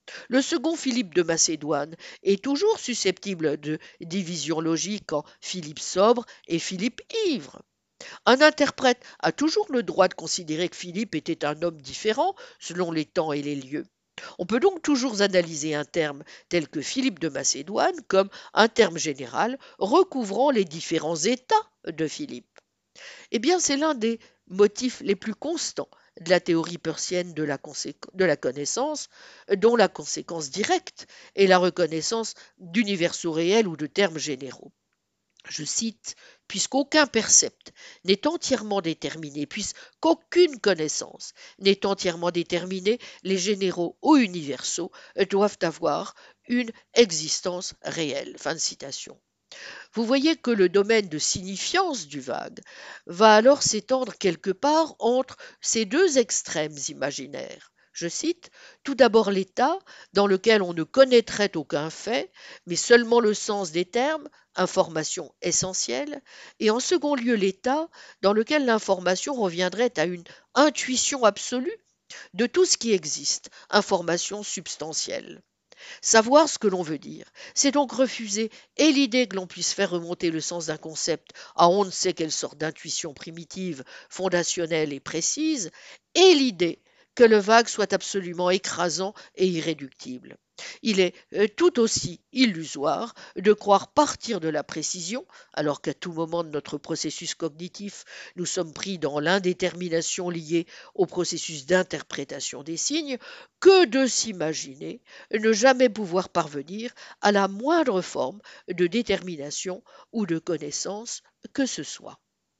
Le second Philippe de Macédoine est toujours susceptible de division logique en Philippe sobre et Philippe ivre. Un interprète a toujours le droit de considérer que Philippe était un homme différent selon les temps et les lieux. On peut donc toujours analyser un terme tel que Philippe de Macédoine comme un terme général recouvrant les différents états de Philippe. Eh bien, c'est l'un des motifs les plus constants de la théorie peirsienne de la, de la connaissance, dont la conséquence directe est la reconnaissance d'universaux réels ou de termes généraux. Je cite, puisqu'aucun percept n'est entièrement déterminé, puisqu'aucune connaissance n'est entièrement déterminée, les généraux ou universaux doivent avoir une existence réelle. Fin de citation. Vous voyez que le domaine de signifiance du vague va alors s'étendre quelque part entre ces deux extrêmes imaginaires. Je cite, tout d'abord l'état dans lequel on ne connaîtrait aucun fait, mais seulement le sens des termes, information essentielle, et en second lieu l'état dans lequel l'information reviendrait à une intuition absolue de tout ce qui existe, information substantielle. Savoir ce que l'on veut dire, c'est donc refuser et l'idée que l'on puisse faire remonter le sens d'un concept à on ne sait quelle sorte d'intuition primitive, fondationnelle et précise, et l'idée que le vague soit absolument écrasant et irréductible. Il est euh, tout aussi illusoire de croire partir de la précision, alors qu'à tout moment de notre processus cognitif, nous sommes pris dans l'indétermination liée au processus d'interprétation des signes, que de s'imaginer ne jamais pouvoir parvenir à la moindre forme de détermination ou de connaissance que ce soit.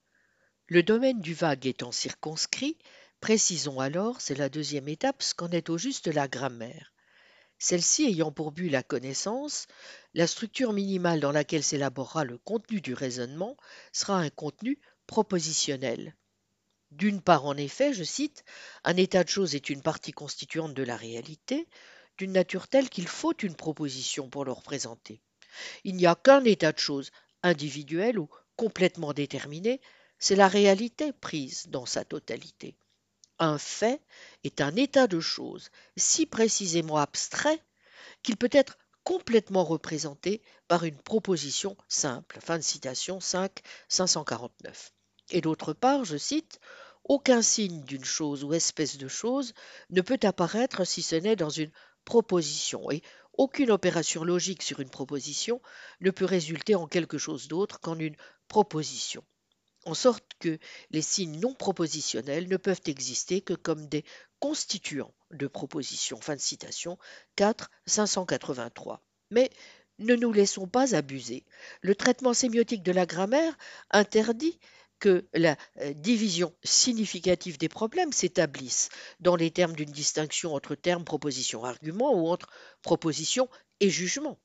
Le domaine du vague étant circonscrit, précisons alors, c'est la deuxième étape, ce qu'en est au juste la grammaire. Celle-ci ayant pour but la connaissance, la structure minimale dans laquelle s'élaborera le contenu du raisonnement sera un contenu propositionnel. D'une part, en effet, je cite, un état de choses est une partie constituante de la réalité, d'une nature telle qu'il faut une proposition pour le représenter. Il n'y a qu'un état de choses individuel ou complètement déterminé, c'est la réalité prise dans sa totalité. Un fait est un état de choses si précisément abstrait qu'il peut être complètement représenté par une proposition simple. Fin de citation cinq, cinq cent quarante-neuf. Et d'autre part, je cite, aucun signe d'une chose ou espèce de chose ne peut apparaître si ce n'est dans une proposition, et aucune opération logique sur une proposition ne peut résulter en quelque chose d'autre qu'en une proposition. En sorte que les signes non propositionnels ne peuvent exister que comme des constituants de propositions. Fin de citation quatre, cinq cent quatre-vingt-trois. Mais ne nous laissons pas abuser. Le traitement sémiotique de la grammaire interdit que la euh, division significative des problèmes s'établisse dans les termes d'une distinction entre termes, proposition, argument ou entre proposition et jugement.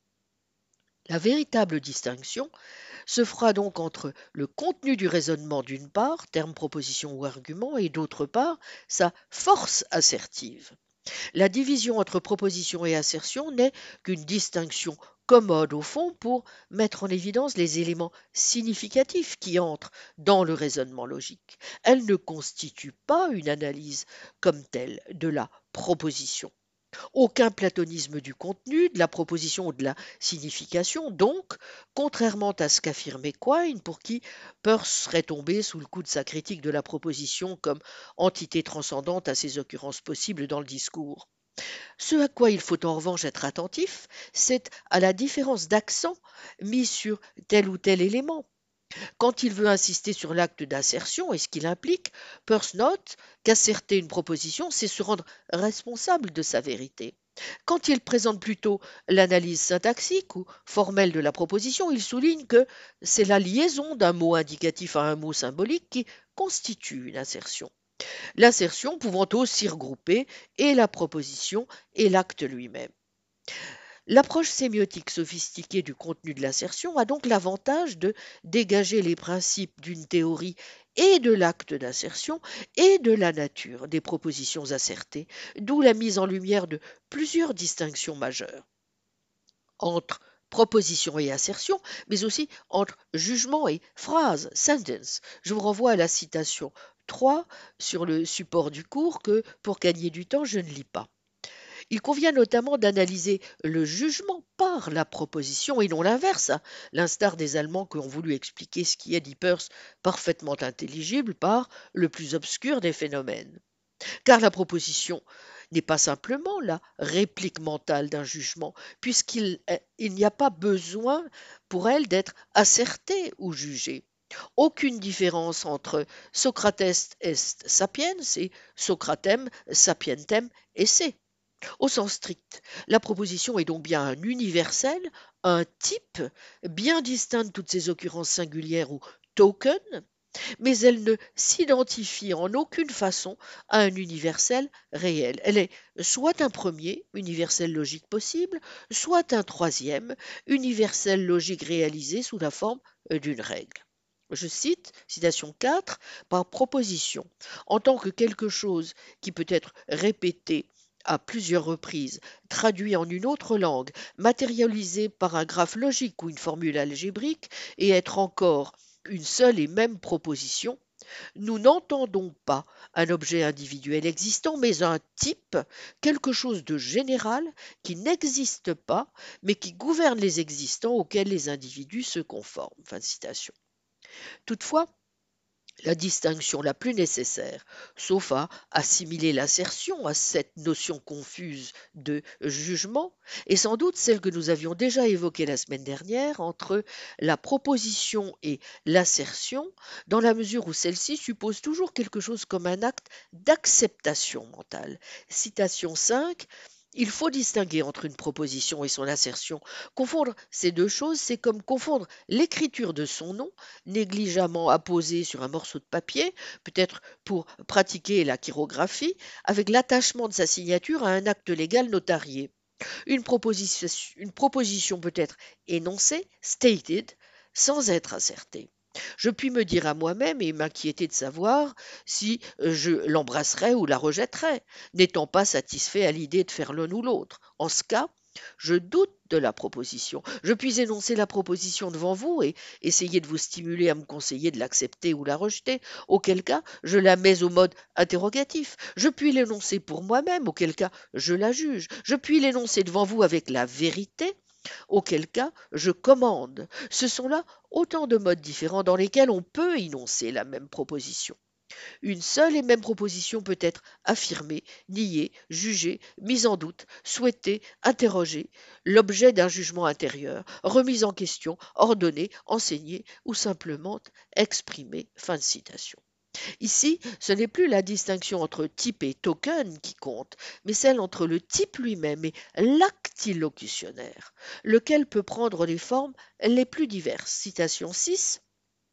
La véritable distinction se fera donc entre le contenu du raisonnement d'une part, terme, proposition ou argument, et d'autre part, sa force assertive. La division entre proposition et assertion n'est qu'une distinction commode au fond pour mettre en évidence les éléments significatifs qui entrent dans le raisonnement logique. Elle ne constitue pas une analyse comme telle de la proposition. Aucun platonisme du contenu, de la proposition ou de la signification, donc, contrairement à ce qu'affirmait Quine, pour qui Peirce serait tombé sous le coup de sa critique de la proposition comme entité transcendante à ses occurrences possibles dans le discours. Ce à quoi il faut en revanche être attentif, c'est à la différence d'accent mis sur tel ou tel élément. Quand il veut insister sur l'acte d'assertion et ce qu'il implique, Peirce note qu'asserter une proposition, c'est se rendre responsable de sa vérité. Quand il présente plutôt l'analyse syntaxique ou formelle de la proposition, il souligne que c'est la liaison d'un mot indicatif à un mot symbolique qui constitue une assertion. L'assertion pouvant aussi regrouper et la proposition et l'acte lui-même. L'approche sémiotique sophistiquée du contenu de l'assertion a donc l'avantage de dégager les principes d'une théorie et de l'acte d'assertion et de la nature des propositions assertées, d'où la mise en lumière de plusieurs distinctions majeures entre proposition et assertion, mais aussi entre jugement et phrase, sentence. Je vous renvoie à la citation trois sur le support du cours que, pour gagner du temps, je ne lis pas. Il convient notamment d'analyser le jugement par la proposition et non l'inverse, à l'instar des Allemands qui ont voulu expliquer ce qui est, dit Peirce, parfaitement intelligible par le plus obscur des phénomènes. Car la proposition n'est pas simplement la réplique mentale d'un jugement, puisqu'il euh, il n'y a pas besoin pour elle d'être assertée ou jugée. Aucune différence entre Socrates est sapiens et Socratem sapientem esse. Au sens strict, la proposition est donc bien un universel, un type, bien distinct de toutes ces occurrences singulières ou tokens, mais elle ne s'identifie en aucune façon à un universel réel. Elle est soit un premier universel logique possible, soit un troisième universel logique réalisé sous la forme euh, d'une règle. Je cite, citation quatre, par proposition, en tant que quelque chose qui peut être répété à plusieurs reprises, traduit en une autre langue, matérialisé par un graphe logique ou une formule algébrique, et être encore une seule et même proposition, nous n'entendons pas un objet individuel existant, mais un type, quelque chose de général qui n'existe pas, mais qui gouverne les existants auxquels les individus se conforment. Fin de citation. Toutefois, la distinction la plus nécessaire, sauf à assimiler l'assertion à cette notion confuse de jugement, est sans doute celle que nous avions déjà évoquée la semaine dernière entre la proposition et l'assertion, dans la mesure où celle-ci suppose toujours quelque chose comme un acte d'acceptation mentale. Citation cinq. Il faut distinguer entre une proposition et son assertion. Confondre ces deux choses, c'est comme confondre l'écriture de son nom, négligemment apposée sur un morceau de papier, peut-être pour pratiquer la chirographie, avec l'attachement de sa signature à un acte légal notarié. Une proposition, une proposition peut être énoncée, stated, sans être assertée. Je puis me dire à moi-même et m'inquiéter de savoir si je l'embrasserai ou la rejetterai, n'étant pas satisfait à l'idée de faire l'un ou l'autre. En ce cas, je doute de la proposition. Je puis énoncer la proposition devant vous et essayer de vous stimuler à me conseiller de l'accepter ou la rejeter, auquel cas je la mets au mode interrogatif. Je puis l'énoncer pour moi-même, auquel cas je la juge. Je puis l'énoncer devant vous avec la vérité, auquel cas je commande. Ce sont là autant de modes différents dans lesquels on peut énoncer la même proposition. Une seule et même proposition peut être affirmée, niée, jugée, mise en doute, souhaitée, interrogée, l'objet d'un jugement intérieur, remise en question, ordonnée, enseignée ou simplement exprimée. Fin de citation. Ici, ce n'est plus la distinction entre type et token qui compte, mais celle entre le type lui-même et l'acte illocutionnaire, lequel peut prendre les formes les plus diverses. Citation six.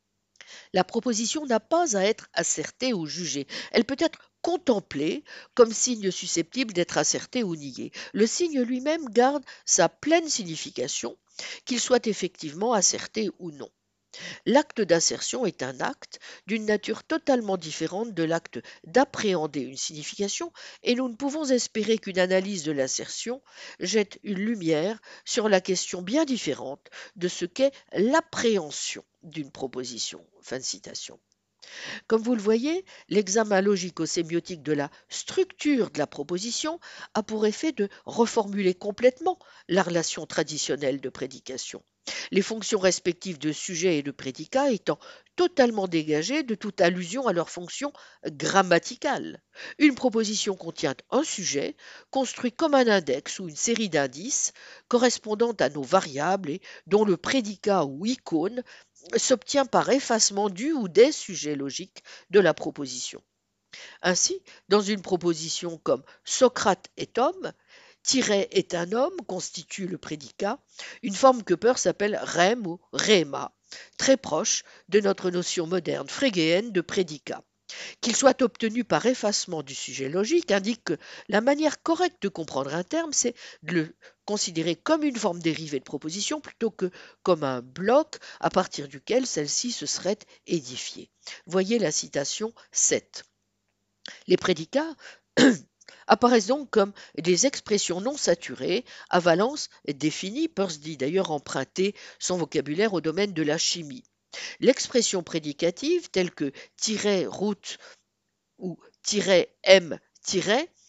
La proposition n'a pas à être assertée ou jugée. Elle peut être contemplée comme signe susceptible d'être asserté ou nié. Le signe lui-même garde sa pleine signification, qu'il soit effectivement asserté ou non. L'acte d'assertion est un acte d'une nature totalement différente de l'acte d'appréhender une signification et nous ne pouvons espérer qu'une analyse de l'assertion jette une lumière sur la question bien différente de ce qu'est l'appréhension d'une proposition. Fin de citation. Comme vous le voyez, l'examen logico-sémiotique de la structure de la proposition a pour effet de reformuler complètement la relation traditionnelle de prédication, les fonctions respectives de sujet et de prédicat étant totalement dégagées de toute allusion à leur fonction grammaticale. Une proposition contient un sujet, construit comme un index ou une série d'indices correspondant à nos variables et dont le prédicat ou icône s'obtient par effacement du ou des sujets logiques de la proposition. Ainsi, dans une proposition comme Socrate est homme, tiret est un homme constitue le prédicat, une forme que Peirce appelle rem ou rhéma, très proche de notre notion moderne frégéenne de prédicat. Qu'il soit obtenu par effacement du sujet logique indique que la manière correcte de comprendre un terme, c'est de le considérer comme une forme dérivée de proposition plutôt que comme un bloc à partir duquel celle-ci se serait édifiée. Voyez la citation sept. Les prédicats apparaissent donc comme des expressions non saturées, à valence définie, Peirce dit d'ailleurs emprunter son vocabulaire au domaine de la chimie. L'expression prédicative, telle que tiret route ou tiret m tiret,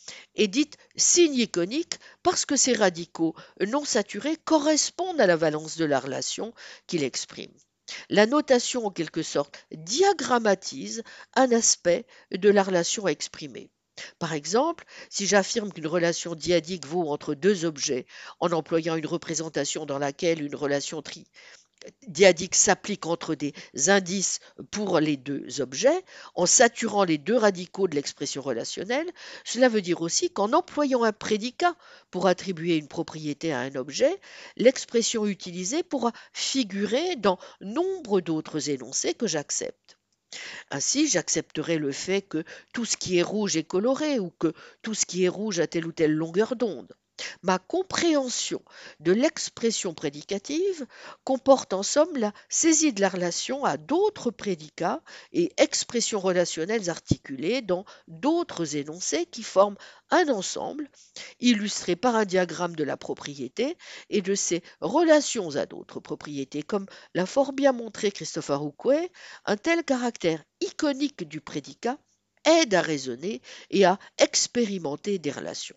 est dite signe iconique parce que ces radicaux non saturés correspondent à la valence de la relation qu'il exprime. La notation, en quelque sorte, diagrammatise un aspect de la relation exprimée. Par exemple, si j'affirme qu'une relation dyadique vaut entre deux objets en employant une représentation dans laquelle une relation tri diadique s'applique entre des indices pour les deux objets, en saturant les deux radicaux de l'expression relationnelle, cela veut dire aussi qu'en employant un prédicat pour attribuer une propriété à un objet, l'expression utilisée pourra figurer dans nombre d'autres énoncés que j'accepte. Ainsi, j'accepterai le fait que tout ce qui est rouge est coloré ou que tout ce qui est rouge a telle ou telle longueur d'onde. Ma compréhension de l'expression prédicative comporte en somme la saisie de la relation à d'autres prédicats et expressions relationnelles articulées dans d'autres énoncés qui forment un ensemble illustré par un diagramme de la propriété et de ses relations à d'autres propriétés. Comme l'a fort bien montré Christopher Houquet, un tel caractère iconique du prédicat aide à raisonner et à expérimenter des relations.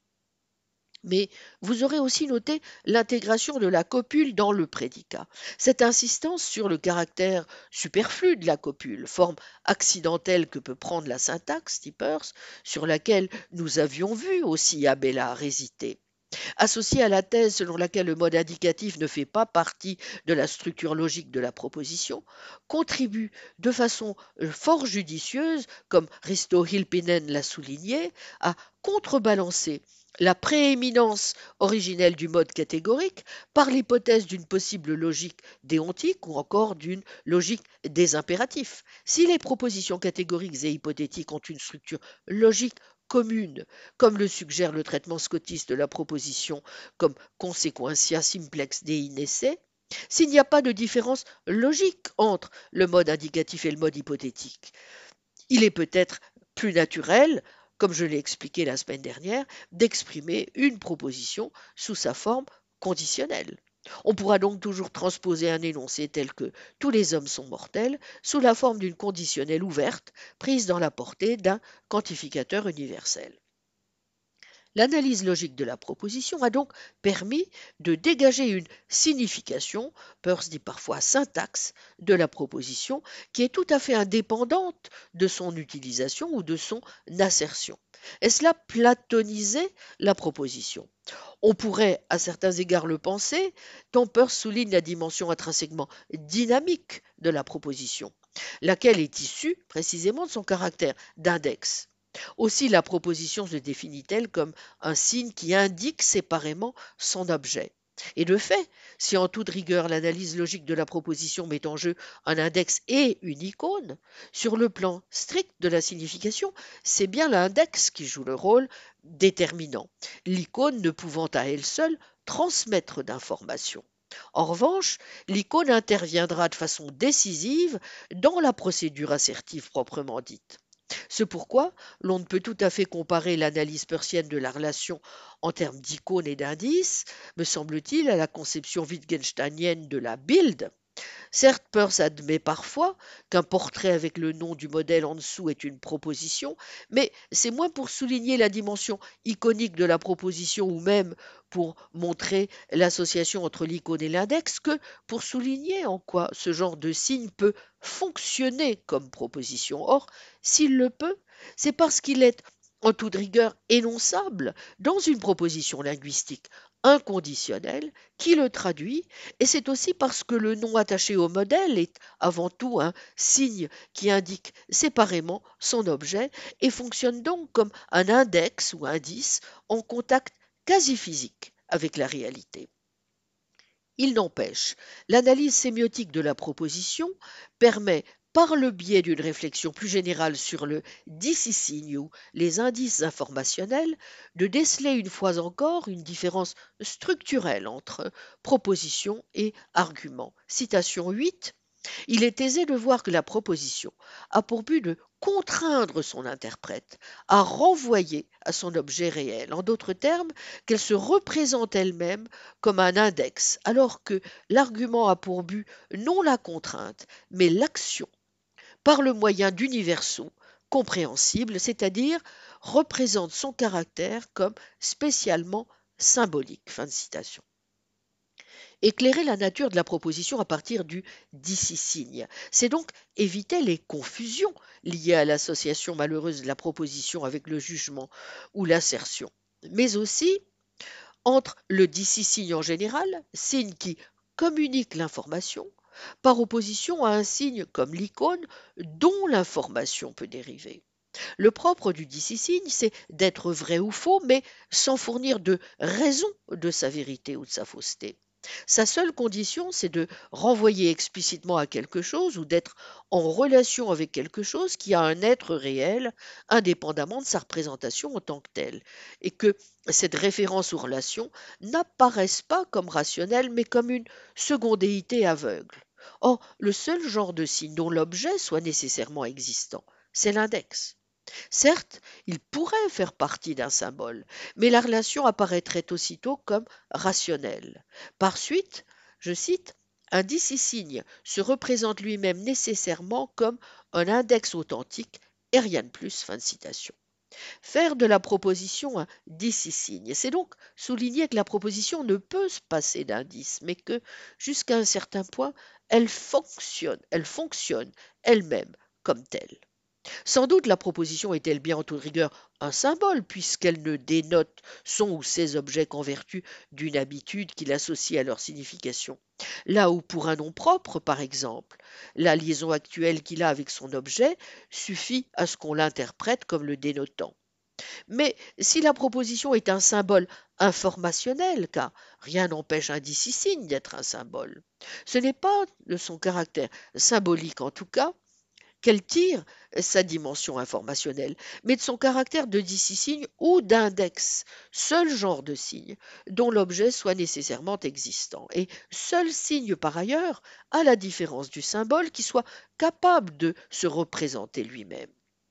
Mais vous aurez aussi noté l'intégration de la copule dans le prédicat. Cette insistance sur le caractère superflu de la copule, forme accidentelle que peut prendre la syntaxe, dit Peirce, sur laquelle nous avions vu aussi Abélard hésiter. Associée à la thèse selon laquelle le mode indicatif ne fait pas partie de la structure logique de la proposition, contribue de façon euh, fort judicieuse, comme Risto Hilpinen l'a souligné, à contrebalancer la prééminence originelle du mode catégorique par l'hypothèse d'une possible logique déontique ou encore d'une logique des impératifs. Si les propositions catégoriques et hypothétiques ont une structure logique commune, comme le suggère le traitement scotiste de la proposition comme consequentia simplex dei nesse, s'il n'y a pas de différence logique entre le mode indicatif et le mode hypothétique, il est peut-être plus naturel, comme je l'ai expliqué la semaine dernière, d'exprimer une proposition sous sa forme conditionnelle. On pourra donc toujours transposer un énoncé tel que tous les hommes sont mortels sous la forme d'une conditionnelle ouverte prise dans la portée d'un quantificateur universel. L'analyse logique de la proposition a donc permis de dégager une signification, Peirce dit parfois syntaxe, de la proposition qui est tout à fait indépendante de son utilisation ou de son assertion. Et cela platonisait la proposition. On pourrait à certains égards le penser, tant Peirce souligne la dimension intrinsèquement dynamique de la proposition, laquelle est issue précisément de son caractère d'index. Aussi, la proposition se définit-elle comme un signe qui indique séparément son objet. Et de fait, si en toute rigueur l'analyse logique de la proposition met en jeu un index et une icône, sur le plan strict de la signification, c'est bien l'index qui joue le rôle déterminant, l'icône ne pouvant à elle seule transmettre d'informations. En revanche, l'icône interviendra de façon décisive dans la procédure assertive proprement dite. C'est pourquoi l'on ne peut tout à fait comparer l'analyse peircienne de la relation en termes d'icônes et d'indices, me semble-t-il, à la conception wittgensteinienne de la build. Certes, Peirce admet parfois qu'un portrait avec le nom du modèle en dessous est une proposition, mais c'est moins pour souligner la dimension iconique de la proposition ou même pour montrer l'association entre l'icône et l'index que pour souligner en quoi ce genre de signe peut fonctionner comme proposition. Or, s'il le peut, c'est parce qu'il est en toute rigueur énonçable dans une proposition linguistique inconditionnelle qui le traduit, et c'est aussi parce que le nom attaché au modèle est avant tout un signe qui indique séparément son objet et fonctionne donc comme un index ou indice en contact quasi physique avec la réalité. Il n'empêche, l'analyse sémiotique de la proposition permet, par le biais d'une réflexion plus générale sur le dicissigne ou les indices informationnels, de déceler une fois encore une différence structurelle entre proposition et argument. Citation huit. Il est aisé de voir que la proposition a pour but de contraindre son interprète à renvoyer à son objet réel, en d'autres termes, qu'elle se représente elle-même comme un index, alors que l'argument a pour but non la contrainte, mais l'action, par le moyen d'universaux, compréhensible, c'est-à-dire représente son caractère comme spécialement symbolique. Fin de citation. Éclairer la nature de la proposition à partir du d'ici signe, c'est donc éviter les confusions liées à l'association malheureuse de la proposition avec le jugement ou l'assertion, mais aussi entre le d'ici signe en général, signe qui communique l'information, par opposition à un signe comme l'icône dont l'information peut dériver. Le propre du d'ici signe, c'est d'être vrai ou faux, mais sans fournir de raison de sa vérité ou de sa fausseté. Sa seule condition, c'est de renvoyer explicitement à quelque chose ou d'être en relation avec quelque chose qui a un être réel, indépendamment de sa représentation en tant que telle, et que cette référence aux relations n'apparaisse pas comme rationnelle, mais comme une secondéité aveugle. Or, le seul genre de signe dont l'objet soit nécessairement existant, c'est l'index. Certes, il pourrait faire partie d'un symbole, mais la relation apparaîtrait aussitôt comme rationnelle. Par suite, je cite, un d'ici signe se représente lui-même nécessairement comme un index authentique et rien de plus. Fin de citation. Faire de la proposition un d'ici signe, c'est donc souligner que la proposition ne peut se passer d'indice, mais que, jusqu'à un certain point, elle fonctionne, elle fonctionne elle-même comme telle. Sans doute la proposition est-elle bien en toute rigueur un symbole, puisqu'elle ne dénote son ou ses objets qu'en vertu d'une habitude qui l'associe à leur signification. Là où pour un nom propre, par exemple, la liaison actuelle qu'il a avec son objet suffit à ce qu'on l'interprète comme le dénotant. Mais si la proposition est un symbole informationnel, car rien n'empêche un d'ici signe d'être un symbole, ce n'est pas de son caractère symbolique en tout cas qu'elle tire sa dimension informationnelle, mais de son caractère de d'ici signe ou d'index, seul genre de signe dont l'objet soit nécessairement existant, et seul signe par ailleurs, à la différence du symbole, qui soit capable de se représenter lui-même.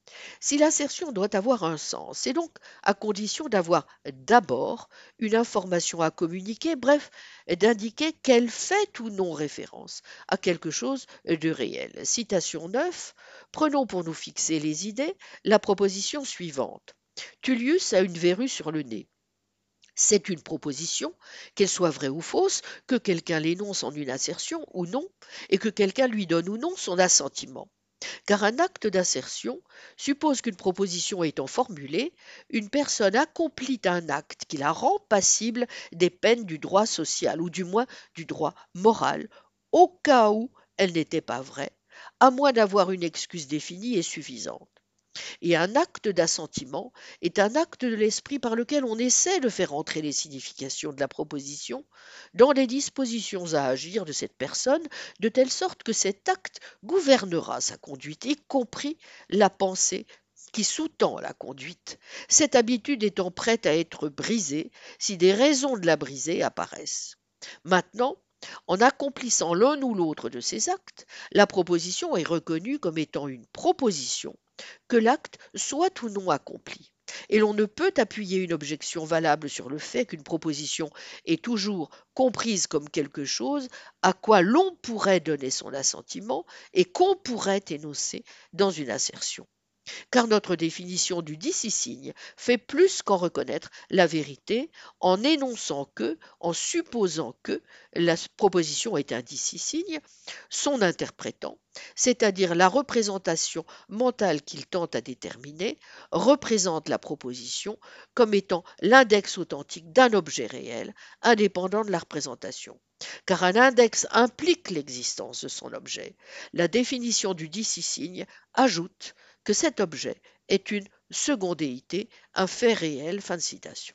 Si l'assertion doit avoir un sens, c'est donc à condition d'avoir d'abord une information à communiquer, bref, d'indiquer qu'elle fait ou non référence à quelque chose de réel. Citation neuf. Prenons pour nous fixer les idées la proposition suivante. Tullius a une verrue sur le nez. C'est une proposition, qu'elle soit vraie ou fausse, que quelqu'un l'énonce en une assertion ou non, et que quelqu'un lui donne ou non son assentiment. Car un acte d'assertion suppose qu'une proposition étant formulée, une personne accomplit un acte qui la rend passible des peines du droit social, ou du moins du droit moral, au cas où elle n'était pas vraie, à moins d'avoir une excuse définie et suffisante. Et un acte d'assentiment est un acte de l'esprit par lequel on essaie de faire entrer les significations de la proposition dans les dispositions à agir de cette personne, de telle sorte que cet acte gouvernera sa conduite, y compris la pensée qui sous-tend la conduite, cette habitude étant prête à être brisée si des raisons de la briser apparaissent. Maintenant, en accomplissant l'un ou l'autre de ces actes, la proposition est reconnue comme étant une proposition, que l'acte soit ou non accompli. Et l'on ne peut appuyer une objection valable sur le fait qu'une proposition est toujours comprise comme quelque chose à quoi l'on pourrait donner son assentiment et qu'on pourrait énoncer dans une assertion. Car notre définition du d'ici signe fait plus qu'en reconnaître la vérité en énonçant que, en supposant que la proposition est un d'ici signe, son interprétant, c'est-à-dire la représentation mentale qu'il tente à déterminer, représente la proposition comme étant l'index authentique d'un objet réel, indépendant de la représentation. Car un index implique l'existence de son objet. La définition du d'ici signe ajoute que cet objet est une secondéité, un fait réel. Fin de citation.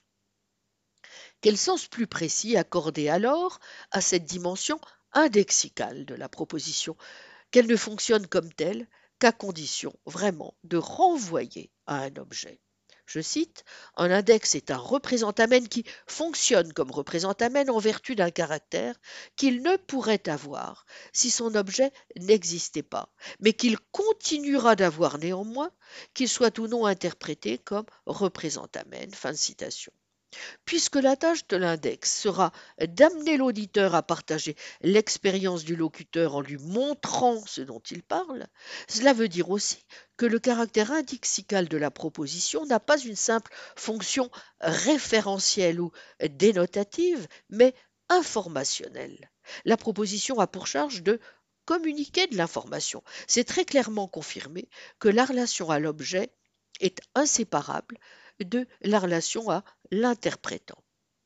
Quel sens plus précis accorder alors à cette dimension indexicale de la proposition, qu'elle ne fonctionne comme telle qu'à condition vraiment de renvoyer à un objet. Je cite, un index est un représentamen qui fonctionne comme représentamen en vertu d'un caractère qu'il ne pourrait avoir si son objet n'existait pas, mais qu'il continuera d'avoir néanmoins, qu'il soit ou non interprété comme représentamen. Fin de citation. Puisque la tâche de l'index sera d'amener l'auditeur à partager l'expérience du locuteur en lui montrant ce dont il parle, cela veut dire aussi que le caractère indexical de la proposition n'a pas une simple fonction référentielle ou dénotative, mais informationnelle. La proposition a pour charge de communiquer de l'information. C'est très clairement confirmé que la relation à l'objet est inséparable de la relation à l'interprétant.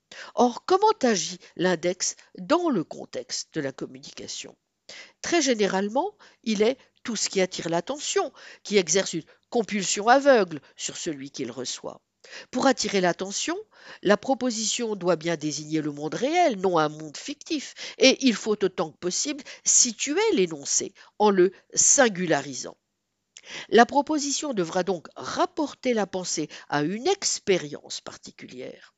Or, comment agit l'index dans le contexte de la communication? Très généralement, il est tout ce qui attire l'attention, qui exerce une compulsion aveugle sur celui qui le reçoit. Pour attirer l'attention, la proposition doit bien désigner le monde réel, non un monde fictif, et il faut autant que possible situer l'énoncé en le singularisant. La proposition devra donc rapporter la pensée à une expérience particulière.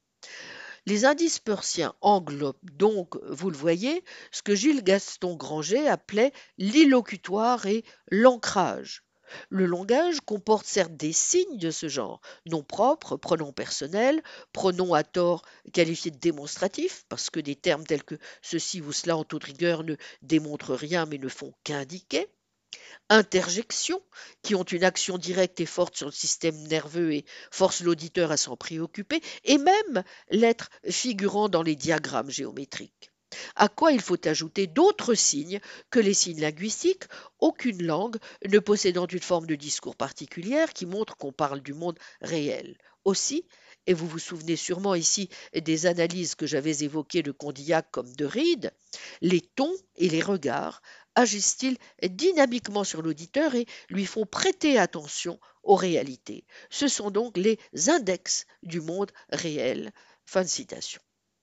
Les indices peirciens englobent donc, vous le voyez, ce que Gilles Gaston Granger appelait l'illocutoire et l'ancrage. Le langage comporte certes des signes de ce genre, noms propres, pronoms personnels, pronoms à tort qualifiés de démonstratifs, parce que des termes tels que ceci ou cela en toute rigueur ne démontrent rien mais ne font qu'indiquer, interjections, qui ont une action directe et forte sur le système nerveux et forcent l'auditeur à s'en préoccuper, et même lettres figurant dans les diagrammes géométriques. À quoi il faut ajouter d'autres signes que les signes linguistiques, aucune langue ne possédant une forme de discours particulière qui montre qu'on parle du monde réel. Aussi, et vous vous souvenez sûrement ici des analyses que j'avais évoquées de Condillac comme de Reed, les tons et les regards agissent-ils dynamiquement sur l'auditeur et lui font prêter attention aux réalités. Ce sont donc les index du monde réel. Fin de citation.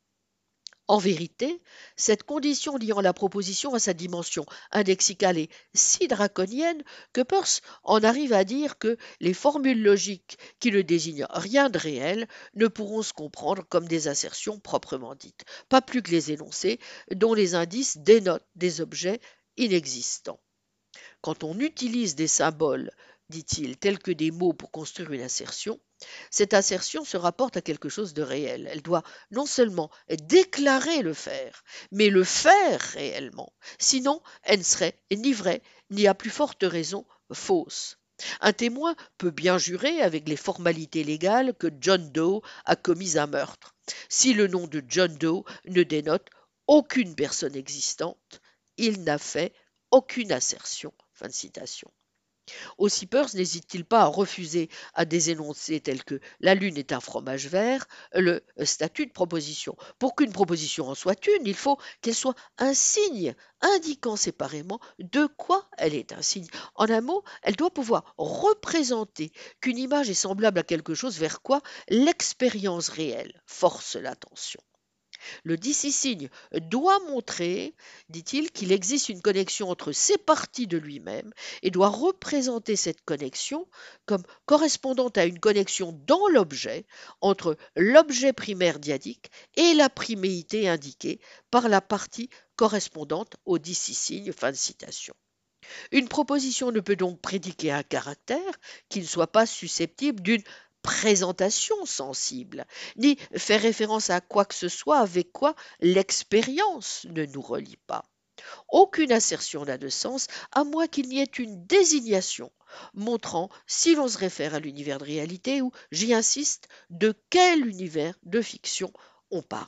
En vérité, cette condition liant la proposition à sa dimension indexicale est si draconienne que Peirce en arrive à dire que les formules logiques qui ne désignent rien de réel ne pourront se comprendre comme des assertions proprement dites, pas plus que les énoncés dont les indices dénotent des objets inexistants. Quand on utilise des symboles, dit-il, tels que des mots pour construire une assertion, cette assertion se rapporte à quelque chose de réel. Elle doit non seulement déclarer le faire, mais le faire réellement. Sinon, elle ne serait ni vraie, ni à plus forte raison fausse. Un témoin peut bien jurer avec les formalités légales que John Doe a commis un meurtre. Si le nom de John Doe ne dénote aucune personne existante, il n'a fait aucune assertion. Fin de citation. Aussi Peirce n'hésite-t-il pas à refuser à des énoncés tels que la Lune est un fromage vert le statut de proposition. Pour qu'une proposition en soit une, il faut qu'elle soit un signe indiquant séparément de quoi elle est un signe. En un mot, elle doit pouvoir représenter qu'une image est semblable à quelque chose vers quoi l'expérience réelle force l'attention. Le d'ici-signe doit montrer, dit-il, qu'il existe une connexion entre ces parties de lui-même et doit représenter cette connexion comme correspondant à une connexion dans l'objet entre l'objet primaire dyadique et la priméité indiquée par la partie correspondante au d'ici-signe. Fin de citation. Une proposition ne peut donc prédiquer un caractère qui ne soit pas susceptible d'une présentation sensible, ni faire référence à quoi que ce soit avec quoi l'expérience ne nous relie pas. Aucune assertion n'a de sens à moins qu'il n'y ait une désignation montrant si l'on se réfère à l'univers de réalité ou, j'y insiste, de quel univers de fiction on parle.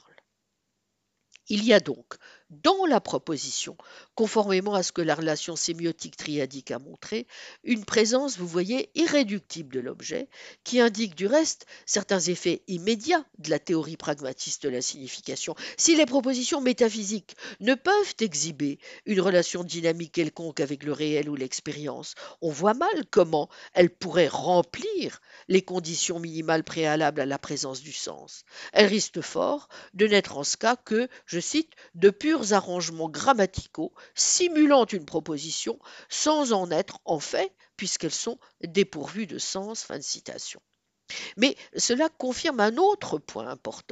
Il y a donc dans la proposition, conformément à ce que la relation sémiotique triadique a montré, une présence, vous voyez, irréductible de l'objet, qui indique du reste certains effets immédiats de la théorie pragmatiste de la signification. Si les propositions métaphysiques ne peuvent exhiber une relation dynamique quelconque avec le réel ou l'expérience, on voit mal comment elles pourraient remplir les conditions minimales préalables à la présence du sens. Elles risquent fort de n'être en ce cas que, je cite, de purs arrangements grammaticaux simulant une proposition sans en être en fait, puisqu'elles sont dépourvues de sens. Fin de citation. Mais cela confirme un autre point important.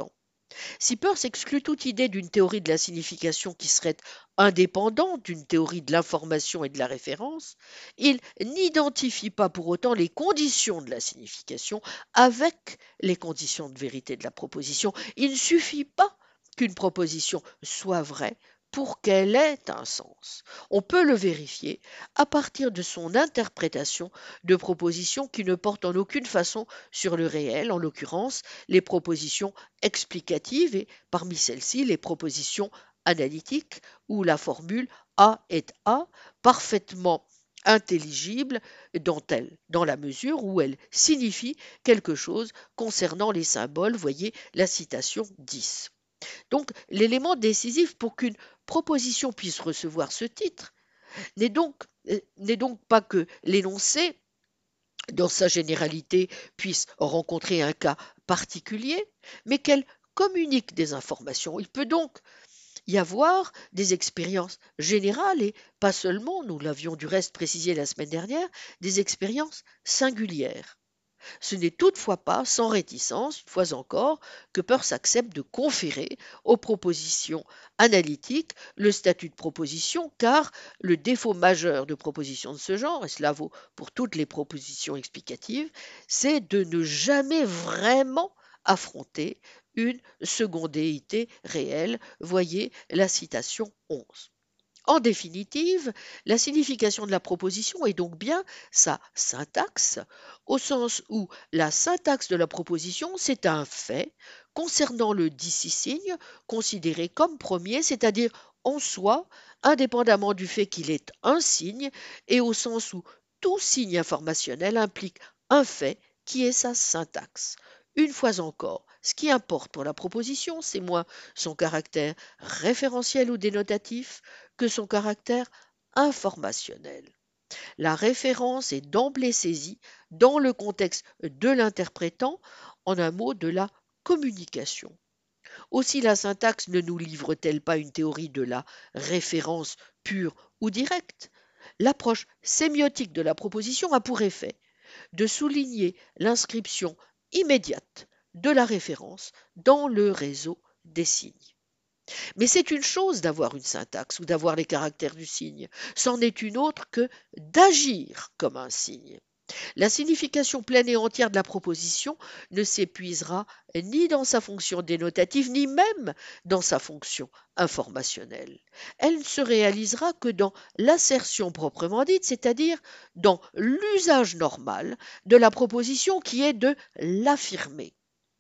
Si Peirce exclut toute idée d'une théorie de la signification qui serait indépendante d'une théorie de l'information et de la référence, il n'identifie pas pour autant les conditions de la signification avec les conditions de vérité de la proposition. Il ne suffit pas qu'une proposition soit vraie pour qu'elle ait un sens. On peut le vérifier à partir de son interprétation de propositions qui ne portent en aucune façon sur le réel, en l'occurrence les propositions explicatives et parmi celles-ci les propositions analytiques où la formule A est A parfaitement intelligible dans, elle, dans la mesure où elle signifie quelque chose concernant les symboles. Voyez la citation dix. Donc l'élément décisif pour qu'une proposition puisse recevoir ce titre n'est donc, euh, n'est donc pas que l'énoncé dans sa généralité, puisse rencontrer un cas particulier, mais qu'elle communique des informations. Il peut donc y avoir des expériences générales et pas seulement, nous l'avions du reste précisé la semaine dernière, des expériences singulières. Ce n'est toutefois pas sans réticence, une fois encore, que Peirce accepte de conférer aux propositions analytiques le statut de proposition, car le défaut majeur de propositions de ce genre, et cela vaut pour toutes les propositions explicatives, c'est de ne jamais vraiment affronter une secondéité réelle. Voyez la citation onze. En définitive, la signification de la proposition est donc bien sa syntaxe, au sens où la syntaxe de la proposition, c'est un fait concernant le dit signe considéré comme premier, c'est-à-dire en soi, indépendamment du fait qu'il est un signe, et au sens où tout signe informationnel implique un fait qui est sa syntaxe. Une fois encore, ce qui importe pour la proposition, c'est moins son caractère référentiel ou dénotatif que son caractère informationnel. La référence est d'emblée saisie dans le contexte de l'interprétant, en un mot de la communication. Aussi la syntaxe ne nous livre-t-elle pas une théorie de la référence pure ou directe? L'approche sémiotique de la proposition a pour effet de souligner l'inscription immédiate de la référence dans le réseau des signes. Mais c'est une chose d'avoir une syntaxe ou d'avoir les caractères du signe, c'en est une autre que d'agir comme un signe. La signification pleine et entière de la proposition ne s'épuisera ni dans sa fonction dénotative, ni même dans sa fonction informationnelle. Elle ne se réalisera que dans l'assertion proprement dite, c'est-à-dire dans l'usage normal de la proposition qui est de l'affirmer.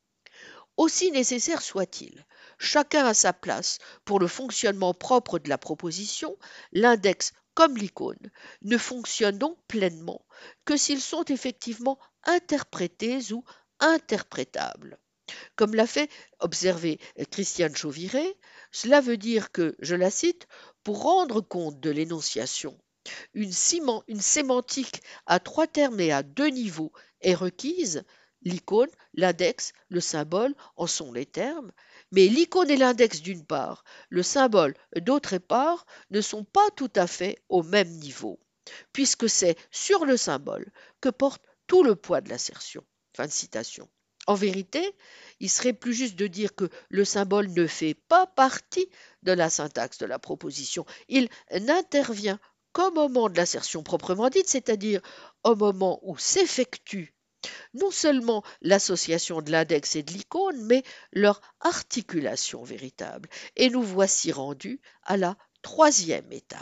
Aussi nécessaire soit-il, chacun a sa place pour le fonctionnement propre de la proposition, l'index comme l'icône ne fonctionnent donc pleinement que s'ils sont effectivement interprétés ou interprétables. Comme l'a fait observer Christiane Chauviré, cela veut dire que, je la cite, pour rendre compte de l'énonciation, une, une sémantique à trois termes et à deux niveaux est requise. L'icône, l'index, le symbole en sont les termes, mais l'icône et l'index d'une part, le symbole d'autre part, ne sont pas tout à fait au même niveau, puisque c'est sur le symbole que porte tout le poids de l'assertion. Fin de citation. En vérité, il serait plus juste de dire que le symbole ne fait pas partie de la syntaxe de la proposition. Il n'intervient qu'au moment de l'assertion proprement dite, c'est-à-dire au moment où s'effectue non seulement l'association de l'index et de l'icône, mais leur articulation véritable. Et nous voici rendus à la troisième étape.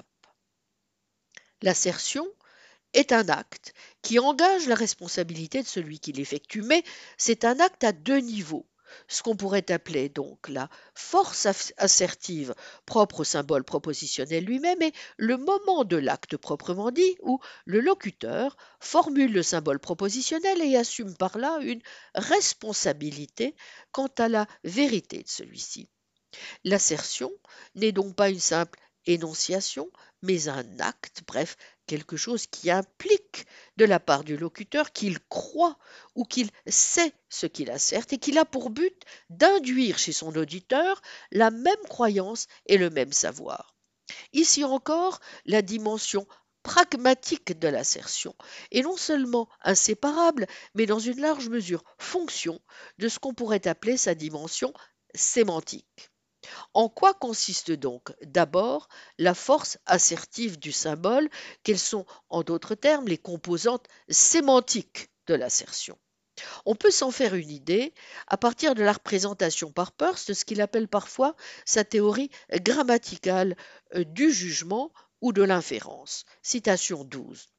L'assertion est un acte qui engage la responsabilité de celui qui l'effectue, mais c'est un acte à deux niveaux. Ce qu'on pourrait appeler donc la force assertive propre au symbole propositionnel lui-même et le moment de l'acte proprement dit où le locuteur formule le symbole propositionnel et assume par là une responsabilité quant à la vérité de celui-ci. L'assertion n'est donc pas une simple énonciation, mais un acte, bref, quelque chose qui implique de la part du locuteur qu'il croit ou qu'il sait ce qu'il asserte et qu'il a pour but d'induire chez son auditeur la même croyance et le même savoir. Ici encore, la dimension pragmatique de l'assertion est non seulement inséparable, mais dans une large mesure fonction de ce qu'on pourrait appeler sa dimension sémantique. En quoi consiste donc d'abord la force assertive du symbole? Quelles sont, en d'autres termes, les composantes sémantiques de l'assertion? On peut s'en faire une idée à partir de la représentation par Peirce de ce qu'il appelle parfois sa théorie grammaticale euh, du jugement ou de l'inférence. Citation douze.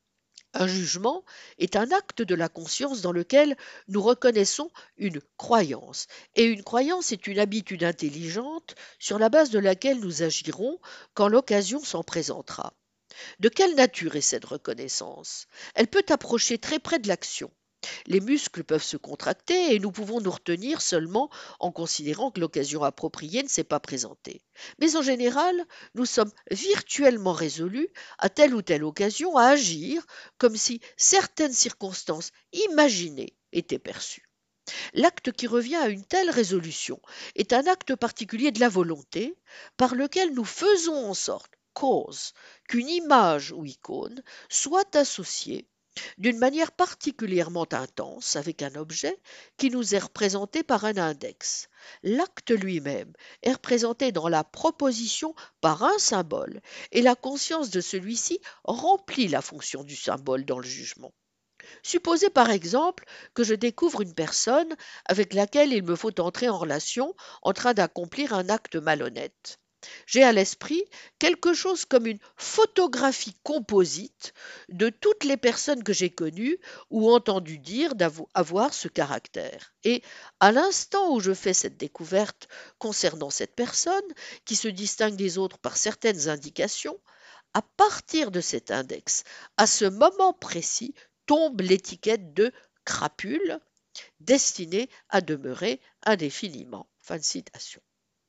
Un jugement est un acte de la conscience dans lequel nous reconnaissons une croyance. Et une croyance est une habitude intelligente sur la base de laquelle nous agirons quand l'occasion s'en présentera. De quelle nature est cette reconnaissance? Elle peut approcher très près de l'action. Les muscles peuvent se contracter et nous pouvons nous retenir seulement en considérant que l'occasion appropriée ne s'est pas présentée. Mais en général, nous sommes virtuellement résolus à telle ou telle occasion à agir comme si certaines circonstances imaginées étaient perçues. L'acte qui revient à une telle résolution est un acte particulier de la volonté par lequel nous faisons en sorte, cause, qu'une image ou icône soit associée d'une manière particulièrement intense avec un objet qui nous est représenté par un index. L'acte lui-même est représenté dans la proposition par un symbole et la conscience de celui-ci remplit la fonction du symbole dans le jugement. Supposez par exemple que je découvre une personne avec laquelle il me faut entrer en relation en train d'accomplir un acte malhonnête. J'ai à l'esprit quelque chose comme une photographie composite de toutes les personnes que j'ai connues ou entendu dire d'avoir ce caractère. Et à l'instant où je fais cette découverte concernant cette personne, qui se distingue des autres par certaines indications, à partir de cet index, à ce moment précis, tombe l'étiquette de crapule, destinée à demeurer indéfiniment. Fin de citation.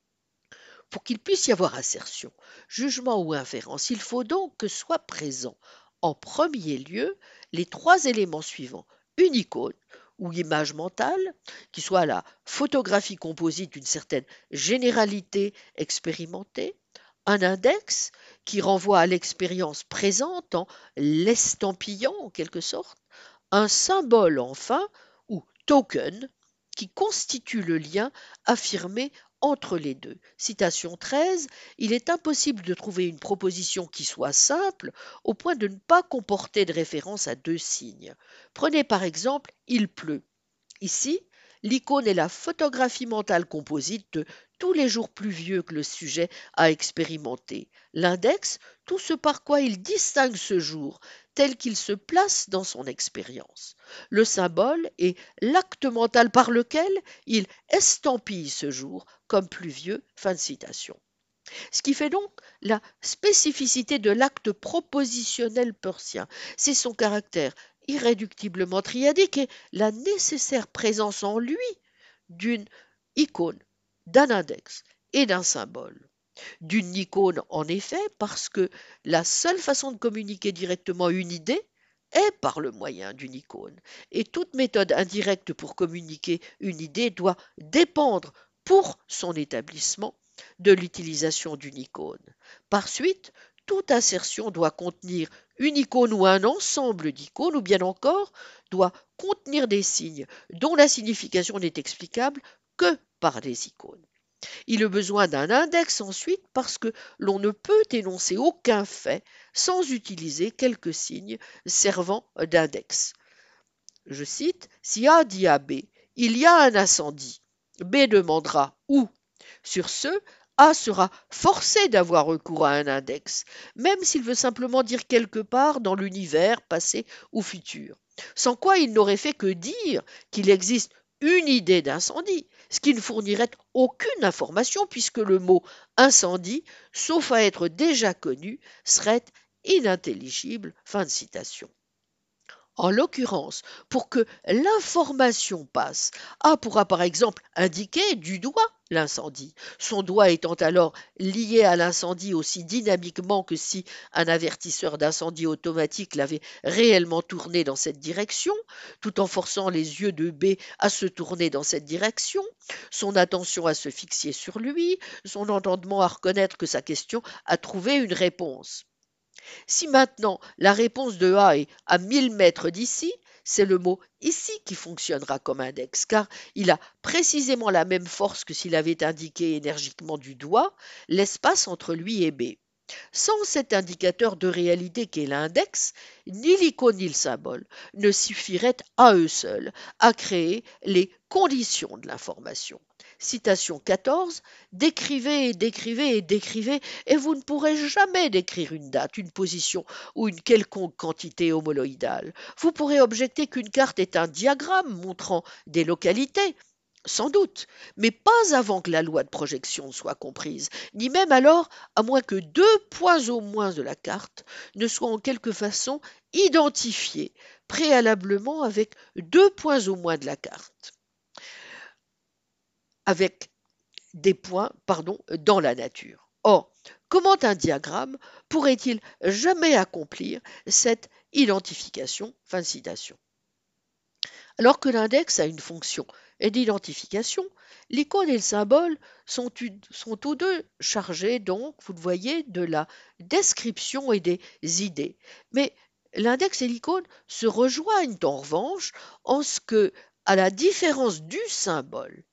Pour qu'il puisse y avoir assertion, jugement ou inférence, il faut donc que soient présents en premier lieu les trois éléments suivants. Une icône ou image mentale, qui soit la photographie composite d'une certaine généralité expérimentée, un index qui renvoie à l'expérience présente en l'estampillant en quelque sorte, un symbole enfin, ou token, qui constitue le lien affirmé entre les deux. Citation treize. Il est impossible de trouver une proposition qui soit simple au point de ne pas comporter de référence à deux signes. Prenez par exemple « il pleut ». Ici, l'icône est la photographie mentale composite de tous les jours pluvieux que le sujet a expérimenté. L'index, tout ce par quoi il distingue ce jour, tel qu'il se place dans son expérience. Le symbole est l'acte mental par lequel il estampille ce jour comme pluvieux. Fin de citation. Ce qui fait donc la spécificité de l'acte propositionnel peircien, c'est son caractère irréductiblement triadique et la nécessaire présence en lui d'une icône, d'un index et d'un symbole. D'une icône en effet, parce que la seule façon de communiquer directement une idée est par le moyen d'une icône. Et toute méthode indirecte pour communiquer une idée doit dépendre pour son établissement de l'utilisation d'une icône. Par suite, toute assertion doit contenir une icône ou un ensemble d'icônes, ou bien encore doit contenir des signes dont la signification n'est explicable que par des icônes. Il a besoin d'un index ensuite parce que l'on ne peut énoncer aucun fait sans utiliser quelques signes servant d'index. Je cite, « Si A dit à B, il y a un incendie, B demandera où ? Sur ce, A sera forcé d'avoir recours à un index, même s'il veut simplement dire quelque part dans l'univers passé ou futur, sans quoi il n'aurait fait que dire qu'il existe une idée d'incendie, ce qui ne fournirait aucune information puisque le mot incendie, sauf à être déjà connu, serait inintelligible. » Fin de citation. En l'occurrence, pour que l'information passe, A pourra par exemple indiquer du doigt l'incendie, son doigt étant alors lié à l'incendie aussi dynamiquement que si un avertisseur d'incendie automatique l'avait réellement tourné dans cette direction, tout en forçant les yeux de B à se tourner dans cette direction, son attention à se fixer sur lui, son entendement à reconnaître que sa question a trouvé une réponse. Si maintenant la réponse de A est à mille mètres d'ici, C'est le mot ici qui fonctionnera comme index, car il a précisément la même force que s'il avait indiqué énergiquement du doigt l'espace entre lui et B. Sans cet indicateur de réalité qu'est l'index, ni l'icône ni le symbole ne suffiraient à eux seuls à créer les conditions de l'information. Citation quatorze. Décrivez et décrivez et décrivez, et vous ne pourrez jamais décrire une date, une position ou une quelconque quantité homoloïdale. Vous pourrez objecter qu'une carte est un diagramme montrant des localités, sans doute, mais pas avant que la loi de projection soit comprise, ni même alors, à moins que deux points au moins de la carte ne soient en quelque façon identifiés préalablement avec deux points au moins de la carte, avec des points, pardon, dans la nature. Or, comment un diagramme pourrait-il jamais accomplir cette identification? Fin de citation. Alors que l'index a une fonction d'identification, l'icône et le symbole sont, sont tous deux chargés, donc, vous le voyez, de la description et des idées. Mais l'index et l'icône se rejoignent en revanche en ce que, à la différence du symbole,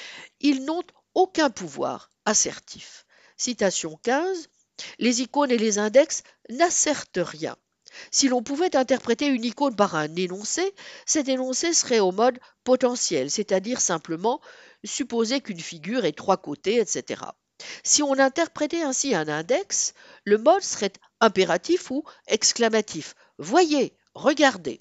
ils n'ont aucun pouvoir assertif. Citation quinze. Les icônes et les index n'assertent rien. Si l'on pouvait interpréter une icône par un énoncé, cet énoncé serait au mode potentiel, c'est-à-dire simplement supposer qu'une figure ait trois côtés, et cetera. Si on interprétait ainsi un index, le mode serait impératif ou exclamatif. Voyez, regardez.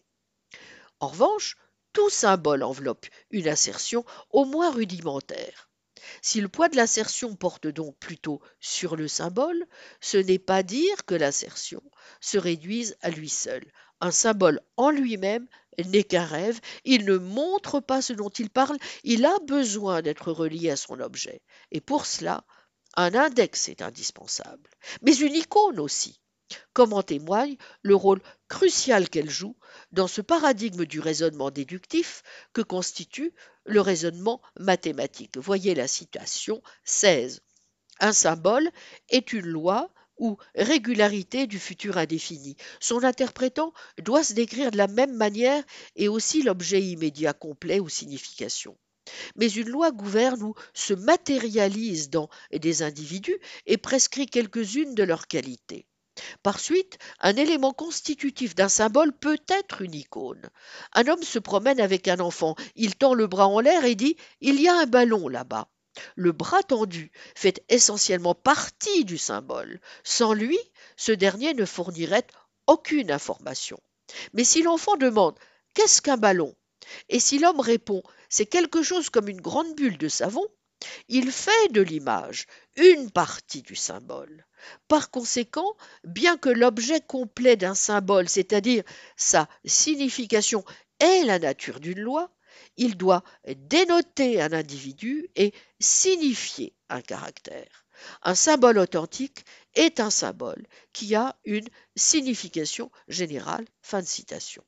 En revanche, tout symbole enveloppe une assertion au moins rudimentaire. Si le poids de l'assertion porte donc plutôt sur le symbole, ce n'est pas dire que l'assertion se réduise à lui seul. Un symbole en lui-même n'est qu'un rêve, il ne montre pas ce dont il parle, il a besoin d'être relié à son objet. Et pour cela, un index est indispensable, mais une icône aussi, comme en témoigne le rôle crucial qu'elle joue dans ce paradigme du raisonnement déductif que constitue le raisonnement mathématique. Voyez la citation seize. Un symbole est une loi ou régularité du futur indéfini. Son interprétant doit se décrire de la même manière et aussi l'objet immédiat complet ou signification. Mais une loi gouverne ou se matérialise dans des individus et prescrit quelques-unes de leurs qualités. Par suite, un élément constitutif d'un symbole peut être une icône. Un homme se promène avec un enfant, il tend le bras en l'air et dit « Il y a un ballon là-bas ». Le bras tendu fait essentiellement partie du symbole. Sans lui, ce dernier ne fournirait aucune information. Mais si l'enfant demande « Qu'est-ce qu'un ballon ?» et si l'homme répond « C'est quelque chose comme une grande bulle de savon », il fait de l'image une partie du symbole. Par conséquent, bien que l'objet complet d'un symbole, c'est-à-dire sa signification, ait la nature d'une loi, il doit dénoter un individu et signifier un caractère. Un symbole authentique est un symbole qui a une signification générale. Fin de citation.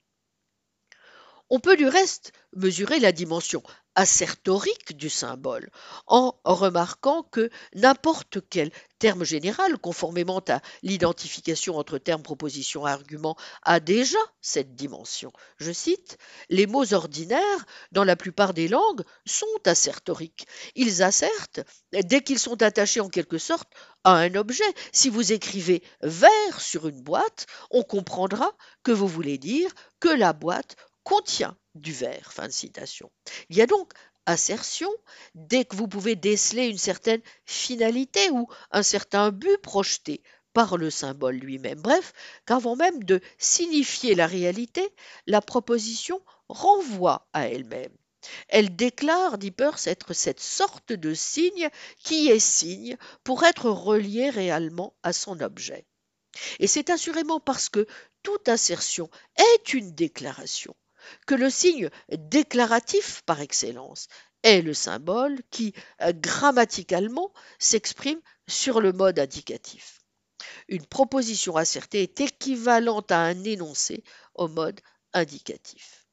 On peut du reste mesurer la dimension assertorique du symbole en remarquant que n'importe quel terme général, conformément à l'identification entre termes, propositions et arguments, a déjà cette dimension. Je cite, « Les mots ordinaires, dans la plupart des langues, sont assertoriques. Ils assertent dès qu'ils sont attachés en quelque sorte à un objet. Si vous écrivez « verre » sur une boîte, on comprendra que vous voulez dire que la boîte contient du verre. » Fin de citation. Il y a donc assertion dès que vous pouvez déceler une certaine finalité ou un certain but projeté par le symbole lui-même. Bref, qu'avant même de signifier la réalité, la proposition renvoie à elle-même. Elle déclare, dit Peirce, être cette sorte de signe qui est signe pour être relié réellement à son objet. Et c'est assurément parce que toute assertion est une déclaration que le signe déclaratif par excellence est le symbole qui, euh, grammaticalement, s'exprime sur le mode indicatif. Une proposition assertée est équivalente à un énoncé au mode indicatif.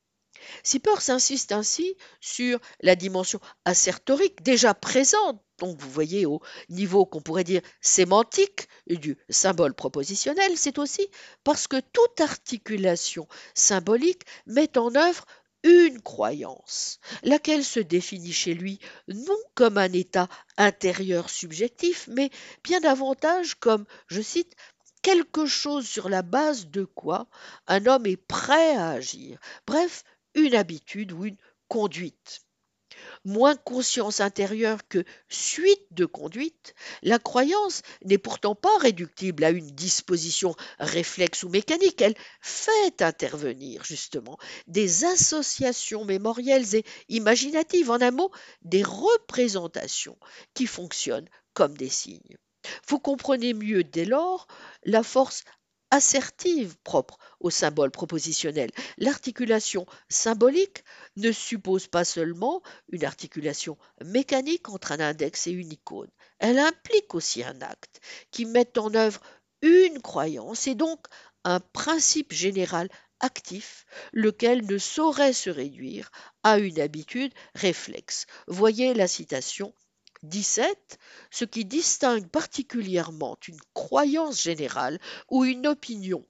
Si Peirce insiste ainsi sur la dimension assertorique déjà présente, donc vous voyez au niveau qu'on pourrait dire sémantique du symbole propositionnel, c'est aussi parce que toute articulation symbolique met en œuvre une croyance, laquelle se définit chez lui non comme un état intérieur subjectif, mais bien davantage comme, je cite, quelque chose sur la base de quoi un homme est prêt à agir. Bref, une habitude ou une conduite. Moins conscience intérieure que suite de conduite, la croyance n'est pourtant pas réductible à une disposition réflexe ou mécanique. Elle fait intervenir justement des associations mémorielles et imaginatives, en un mot, des représentations qui fonctionnent comme des signes. Vous comprenez mieux dès lors la force assertive propre au symbole propositionnel. L'articulation symbolique ne suppose pas seulement une articulation mécanique entre un index et une icône. Elle implique aussi un acte qui met en œuvre une croyance et donc un principe général actif, lequel ne saurait se réduire à une habitude réflexe. Voyez la citation dix-sept, ce qui distingue particulièrement une croyance générale ou une opinion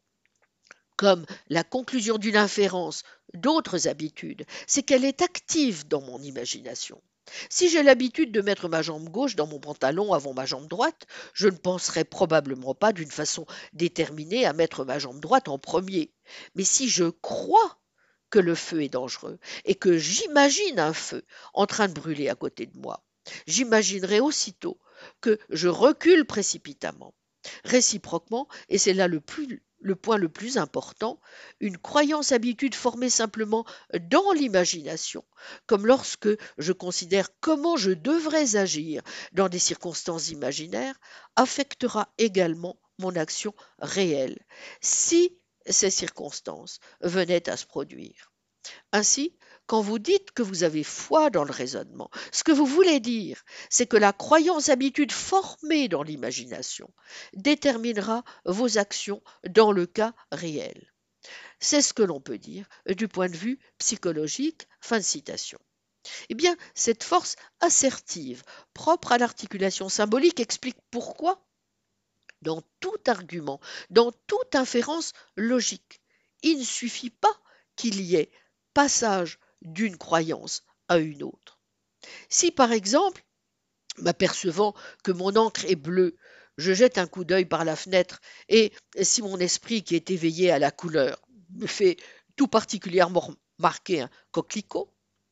comme la conclusion d'une inférence d'autres habitudes, c'est qu'elle est active dans mon imagination. Si j'ai l'habitude de mettre ma jambe gauche dans mon pantalon avant ma jambe droite, je ne penserai probablement pas d'une façon déterminée à mettre ma jambe droite en premier. Mais si je crois que le feu est dangereux et que j'imagine un feu en train de brûler à côté de moi, j'imaginerai aussitôt que je recule précipitamment. Réciproquement, et c'est là le, plus, le point le plus important, une croyance-habitude formée simplement dans l'imagination, comme lorsque je considère comment je devrais agir dans des circonstances imaginaires, affectera également mon action réelle, si ces circonstances venaient à se produire. Ainsi, quand vous dites que vous avez foi dans le raisonnement, ce que vous voulez dire, c'est que la croyance-habitude formée dans l'imagination déterminera vos actions dans le cas réel. C'est ce que l'on peut dire du point de vue psychologique. Fin de citation. Eh bien, cette force assertive, propre à l'articulation symbolique, explique pourquoi, dans tout argument, dans toute inférence logique, il ne suffit pas qu'il y ait passage d'une croyance à une autre. Si par exemple, m'apercevant que mon encre est bleue, je jette un coup d'œil par la fenêtre et si mon esprit qui est éveillé à la couleur me fait tout particulièrement remarquer un coquelicot,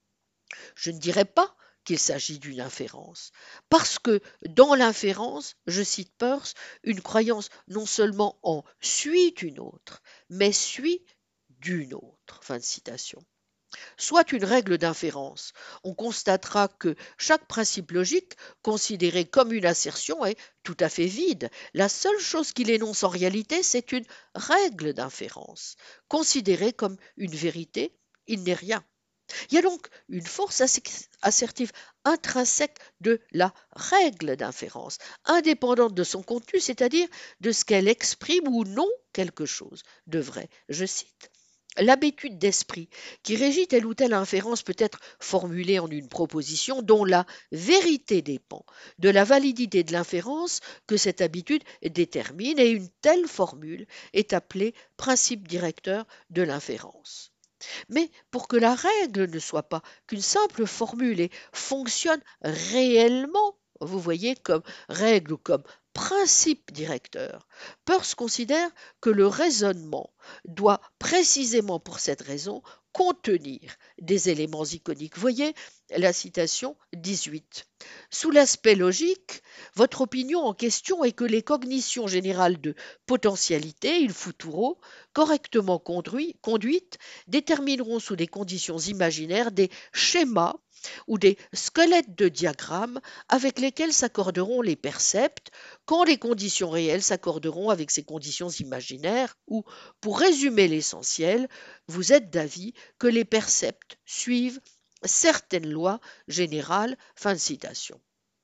je ne dirais pas qu'il s'agit d'une inférence, parce que dans l'inférence, je cite Peirce, une croyance non seulement en suit une autre, mais suit d'une autre. Fin de citation. Soit une règle d'inférence. On constatera que chaque principe logique, considéré comme une assertion, est tout à fait vide. La seule chose qu'il énonce en réalité, c'est une règle d'inférence. Considérée comme une vérité, il n'est rien. Il y a donc une force assertive intrinsèque de la règle d'inférence, indépendante de son contenu, c'est-à-dire de ce qu'elle exprime ou non quelque chose de vrai. Je cite. L'habitude d'esprit qui régit telle ou telle inférence peut être formulée en une proposition dont la vérité dépend de la validité de l'inférence que cette habitude détermine et une telle formule est appelée principe directeur de l'inférence. Mais pour que la règle ne soit pas qu'une simple formule et fonctionne réellement, vous voyez, comme règle ou comme principe directeur, Peirce considère que le raisonnement doit précisément pour cette raison contenir des éléments iconiques. Voyez la citation dix-huit. Sous l'aspect logique, votre opinion en question est que les cognitions générales de potentialité, il futuro, correctement conduit, conduites, détermineront sous des conditions imaginaires des schémas ou des squelettes de diagrammes avec lesquels s'accorderont les percepts quand les conditions réelles s'accorderont avec ces conditions imaginaires ou, pour résumer l'essentiel, vous êtes d'avis que les percepts suivent certaines lois générales. Fin de citation.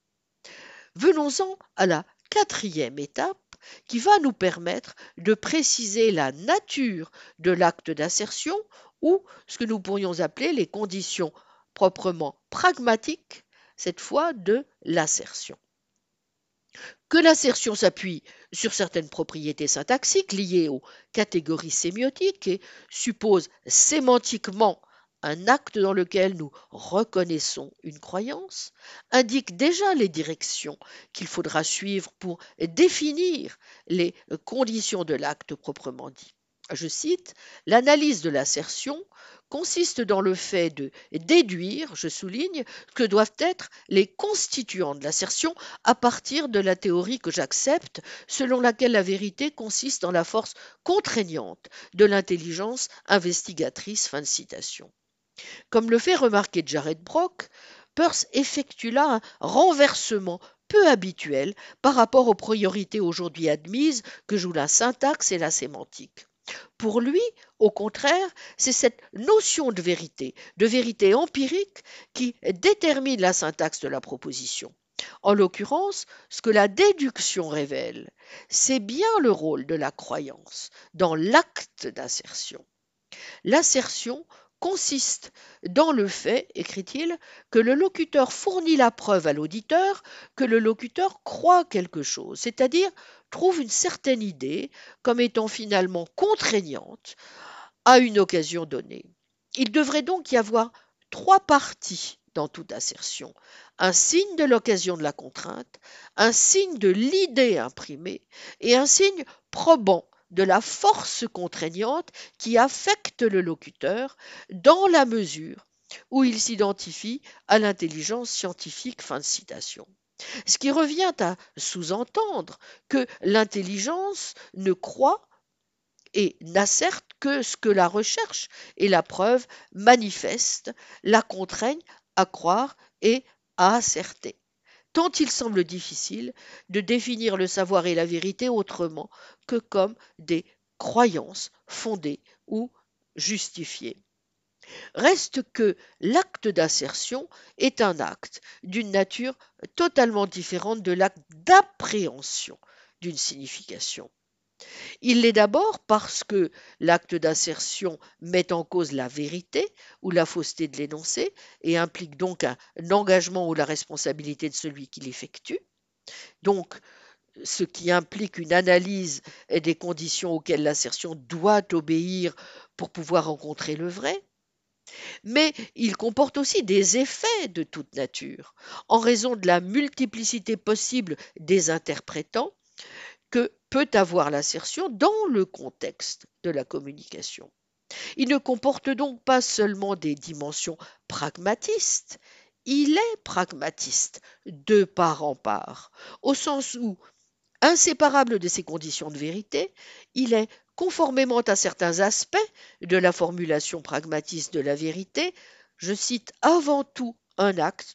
Venons-en à la quatrième étape qui va nous permettre de préciser la nature de l'acte d'assertion ou ce que nous pourrions appeler les conditions proprement pragmatiques, cette fois de l'assertion. Que l'assertion s'appuie sur certaines propriétés syntaxiques liées aux catégories sémiotiques et suppose sémantiquement un acte dans lequel nous reconnaissons une croyance, indique déjà les directions qu'il faudra suivre pour définir les conditions de l'acte proprement dit. Je cite, l'analyse de l'assertion consiste dans le fait de déduire, je souligne, que doivent être les constituants de l'assertion à partir de la théorie que j'accepte, selon laquelle la vérité consiste dans la force contraignante de l'intelligence investigatrice. Fin de citation. Comme le fait remarquer Jared Brock, Peirce effectue là un renversement peu habituel par rapport aux priorités aujourd'hui admises que jouent la syntaxe et la sémantique. Pour lui, au contraire, c'est cette notion de vérité, de vérité empirique, qui détermine la syntaxe de la proposition. En l'occurrence, ce que la déduction révèle, c'est bien le rôle de la croyance dans l'acte d'assertion. L'assertion consiste dans le fait, écrit-il, que le locuteur fournit la preuve à l'auditeur que le locuteur croit quelque chose, c'est-à-dire trouve une certaine idée comme étant finalement contraignante à une occasion donnée. Il devrait donc y avoir trois parties dans toute assertion. Un signe de l'occasion de la contrainte, un signe de l'idée imprimée et un signe probant de la force contraignante qui affecte le locuteur dans la mesure où il s'identifie à l'intelligence scientifique. Fin de citation. Ce qui revient à sous-entendre que l'intelligence ne croit et n'asserte que ce que la recherche et la preuve manifestent, la contraignent à croire et à asserter. Tant il semble difficile de définir le savoir et la vérité autrement que comme des croyances fondées ou justifiées. Reste que l'acte d'assertion est un acte d'une nature totalement différente de l'acte d'appréhension d'une signification. Il l'est d'abord parce que l'acte d'assertion met en cause la vérité ou la fausseté de l'énoncé et implique donc un engagement ou la responsabilité de celui qui l'effectue. Donc, ce qui implique une analyse des conditions auxquelles l'assertion doit obéir pour pouvoir rencontrer le vrai. Mais il comporte aussi des effets de toute nature, en raison de la multiplicité possible des interprétants que peut avoir l'assertion dans le contexte de la communication. Il ne comporte donc pas seulement des dimensions pragmatistes, il est pragmatiste de part en part, au sens où, inséparable de ces conditions de vérité, il est, conformément à certains aspects de la formulation pragmatiste de la vérité, je cite avant tout un acte,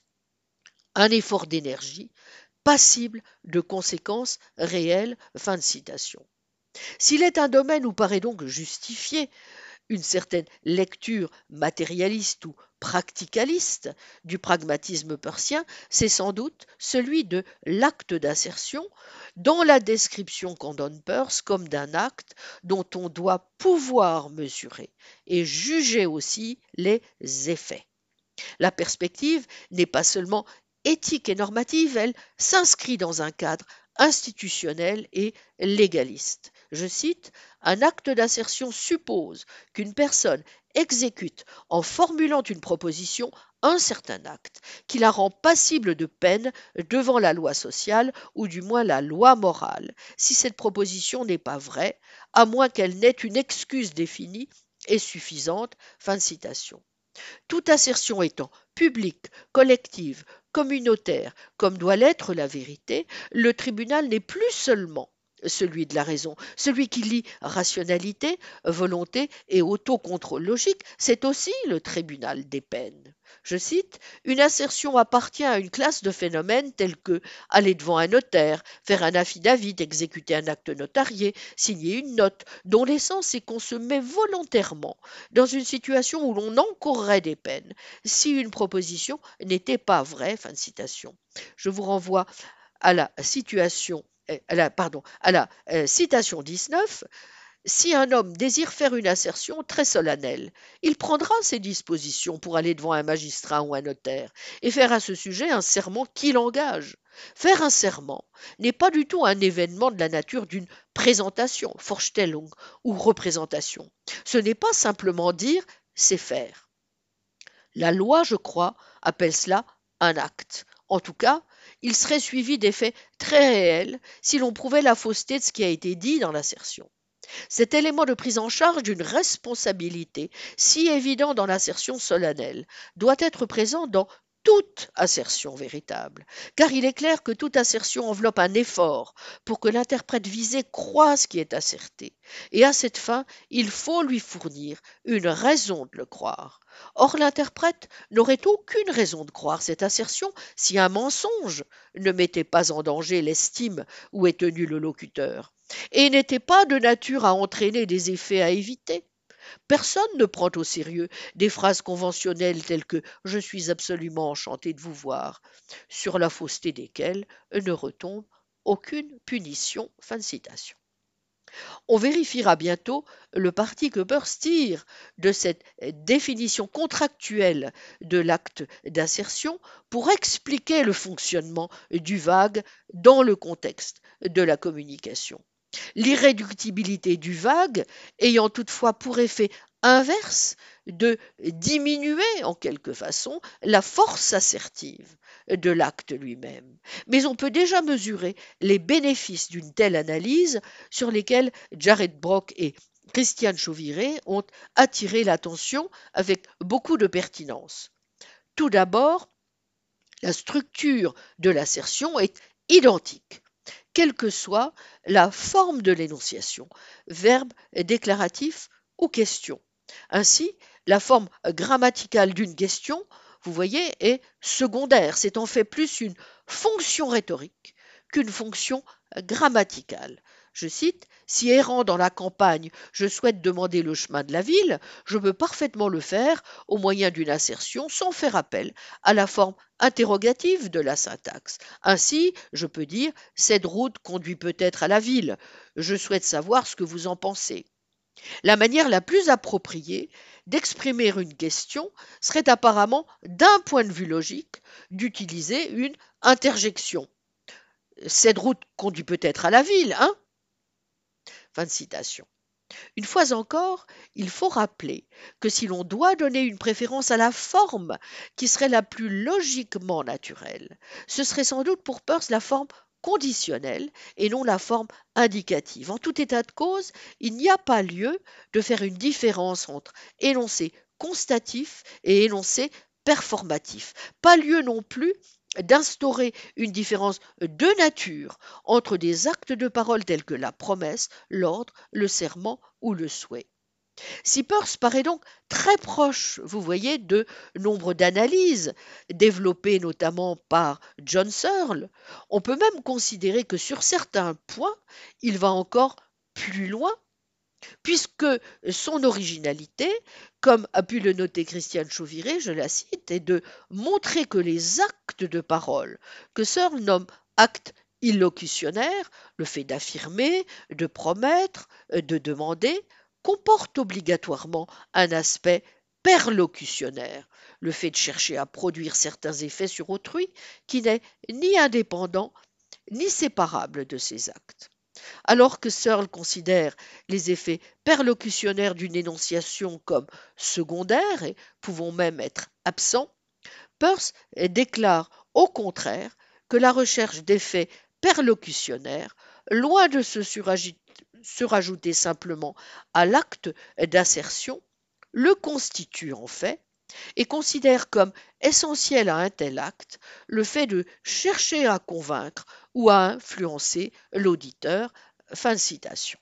un effort d'énergie, passible de conséquences réelles. Fin de citation. S'il est un domaine où paraît donc justifié une certaine lecture matérialiste ou practicaliste du pragmatisme peircien, c'est sans doute celui de l'acte d'assertion dans la description qu'en donne Peirce comme d'un acte dont on doit pouvoir mesurer et juger aussi les effets. La perspective n'est pas seulement éthique et normative, elle s'inscrit dans un cadre institutionnel et légaliste. Je cite, un acte d'assertion suppose qu'une personne exécute en formulant une proposition un certain acte qui la rend passible de peine devant la loi sociale ou du moins la loi morale, si cette proposition n'est pas vraie, à moins qu'elle n'ait une excuse définie et suffisante. Fin de citation. Toute assertion étant publique, collective, communautaire, comme doit l'être la vérité, le tribunal n'est plus seulement celui de la raison, celui qui lie rationalité, volonté et autocontrôle logique, c'est aussi le tribunal des peines. Je cite, une assertion appartient à une classe de phénomènes tels que aller devant un notaire, faire un affidavit, exécuter un acte notarié, signer une note, dont l'essence est qu'on se met volontairement dans une situation où l'on encourrait des peines si une proposition n'était pas vraie. Fin de citation. Je vous renvoie à la situation à la, pardon, à la euh, citation dix-neuf, Si un homme désire faire une assertion très solennelle, il prendra ses dispositions pour aller devant un magistrat ou un notaire et faire à ce sujet un serment qui l'engage. Faire un serment n'est pas du tout un événement de la nature d'une présentation, Vorstellung ou représentation. Ce n'est pas simplement dire c'est faire. La loi, je crois, appelle cela un acte. En tout cas, il serait suivi d'effets très réels si l'on prouvait la fausseté de ce qui a été dit dans l'assertion. Cet élément de prise en charge d'une responsabilité, si évident dans l'assertion solennelle, doit être présent dans toute assertion véritable, car il est clair que toute assertion enveloppe un effort pour que l'interprète visé croie ce qui est asserté, et à cette fin, il faut lui fournir une raison de le croire. Or, l'interprète n'aurait aucune raison de croire cette assertion si un mensonge ne mettait pas en danger l'estime où est tenu le locuteur et n'était pas de nature à entraîner des effets à éviter. Personne ne prend au sérieux des phrases conventionnelles telles que je suis absolument enchanté de vous voir, sur la fausseté desquelles ne retombe aucune punition. Fin de citation. On vérifiera bientôt le parti que Peirce tire de cette définition contractuelle de l'acte d'assertion pour expliquer le fonctionnement du vague dans le contexte de la communication. L'irréductibilité du vague ayant toutefois pour effet inverse de diminuer en quelque façon la force assertive de l'acte lui-même. Mais on peut déjà mesurer les bénéfices d'une telle analyse sur lesquels Jared Brock et Christiane Chauviré ont attiré l'attention avec beaucoup de pertinence. Tout d'abord, la structure de l'assertion est identique, quelle que soit la forme de l'énonciation, verbe déclaratif ou question. Ainsi, la forme grammaticale d'une question, vous voyez, est secondaire. C'est en fait plus une fonction rhétorique qu'une fonction grammaticale. Je cite, si errant dans la campagne, je souhaite demander le chemin de la ville, je peux parfaitement le faire au moyen d'une assertion sans faire appel à la forme interrogative de la syntaxe. Ainsi, je peux dire, cette route conduit peut-être à la ville. Je souhaite savoir ce que vous en pensez. La manière la plus appropriée d'exprimer une question serait apparemment, d'un point de vue logique, d'utiliser une interjection. Cette route conduit peut-être à la ville, hein? Fin de citation. Une fois encore, il faut rappeler que si l'on doit donner une préférence à la forme qui serait la plus logiquement naturelle, ce serait sans doute pour Peirce la forme conditionnelle et non la forme indicative. En tout état de cause, il n'y a pas lieu de faire une différence entre énoncé constatif et énoncé performatif. Pas lieu non plus d'instaurer une différence de nature entre des actes de parole tels que la promesse, l'ordre, le serment ou le souhait. Si Peirce paraît donc très proche, vous voyez, de nombre d'analyses développées notamment par John Searle, on peut même considérer que sur certains points, il va encore plus loin, puisque son originalité, comme a pu le noter Christiane Chauviré, je la cite, est de montrer que les actes de parole, que Searle nomme actes illocutionnaires, le fait d'affirmer, de promettre, de demander, comportent obligatoirement un aspect perlocutionnaire, le fait de chercher à produire certains effets sur autrui qui n'est ni indépendant ni séparable de ces actes. Alors que Searle considère les effets perlocutionnaires d'une énonciation comme secondaires et pouvant même être absents, Peirce déclare au contraire que la recherche d'effets perlocutionnaires, loin de se surajouter simplement à l'acte d'assertion, le constitue en fait et considère comme essentiel à un tel acte le fait de chercher à convaincre ou à influencer l'auditeur. Fin de citation.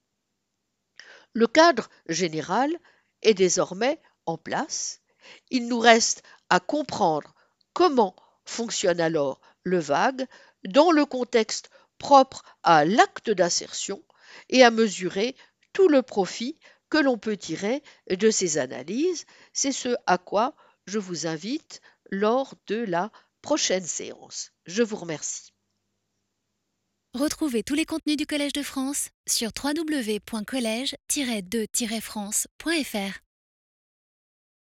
Le cadre général est désormais en place. Il nous reste à comprendre comment fonctionne alors le vague dans le contexte propre à l'acte d'assertion et à mesurer tout le profit que l'on peut tirer de ces analyses. C'est ce à quoi je vous invite lors de la prochaine séance. Je vous remercie. Retrouvez tous les contenus du Collège de France sur w w w point collège tiret de tiret france point f r.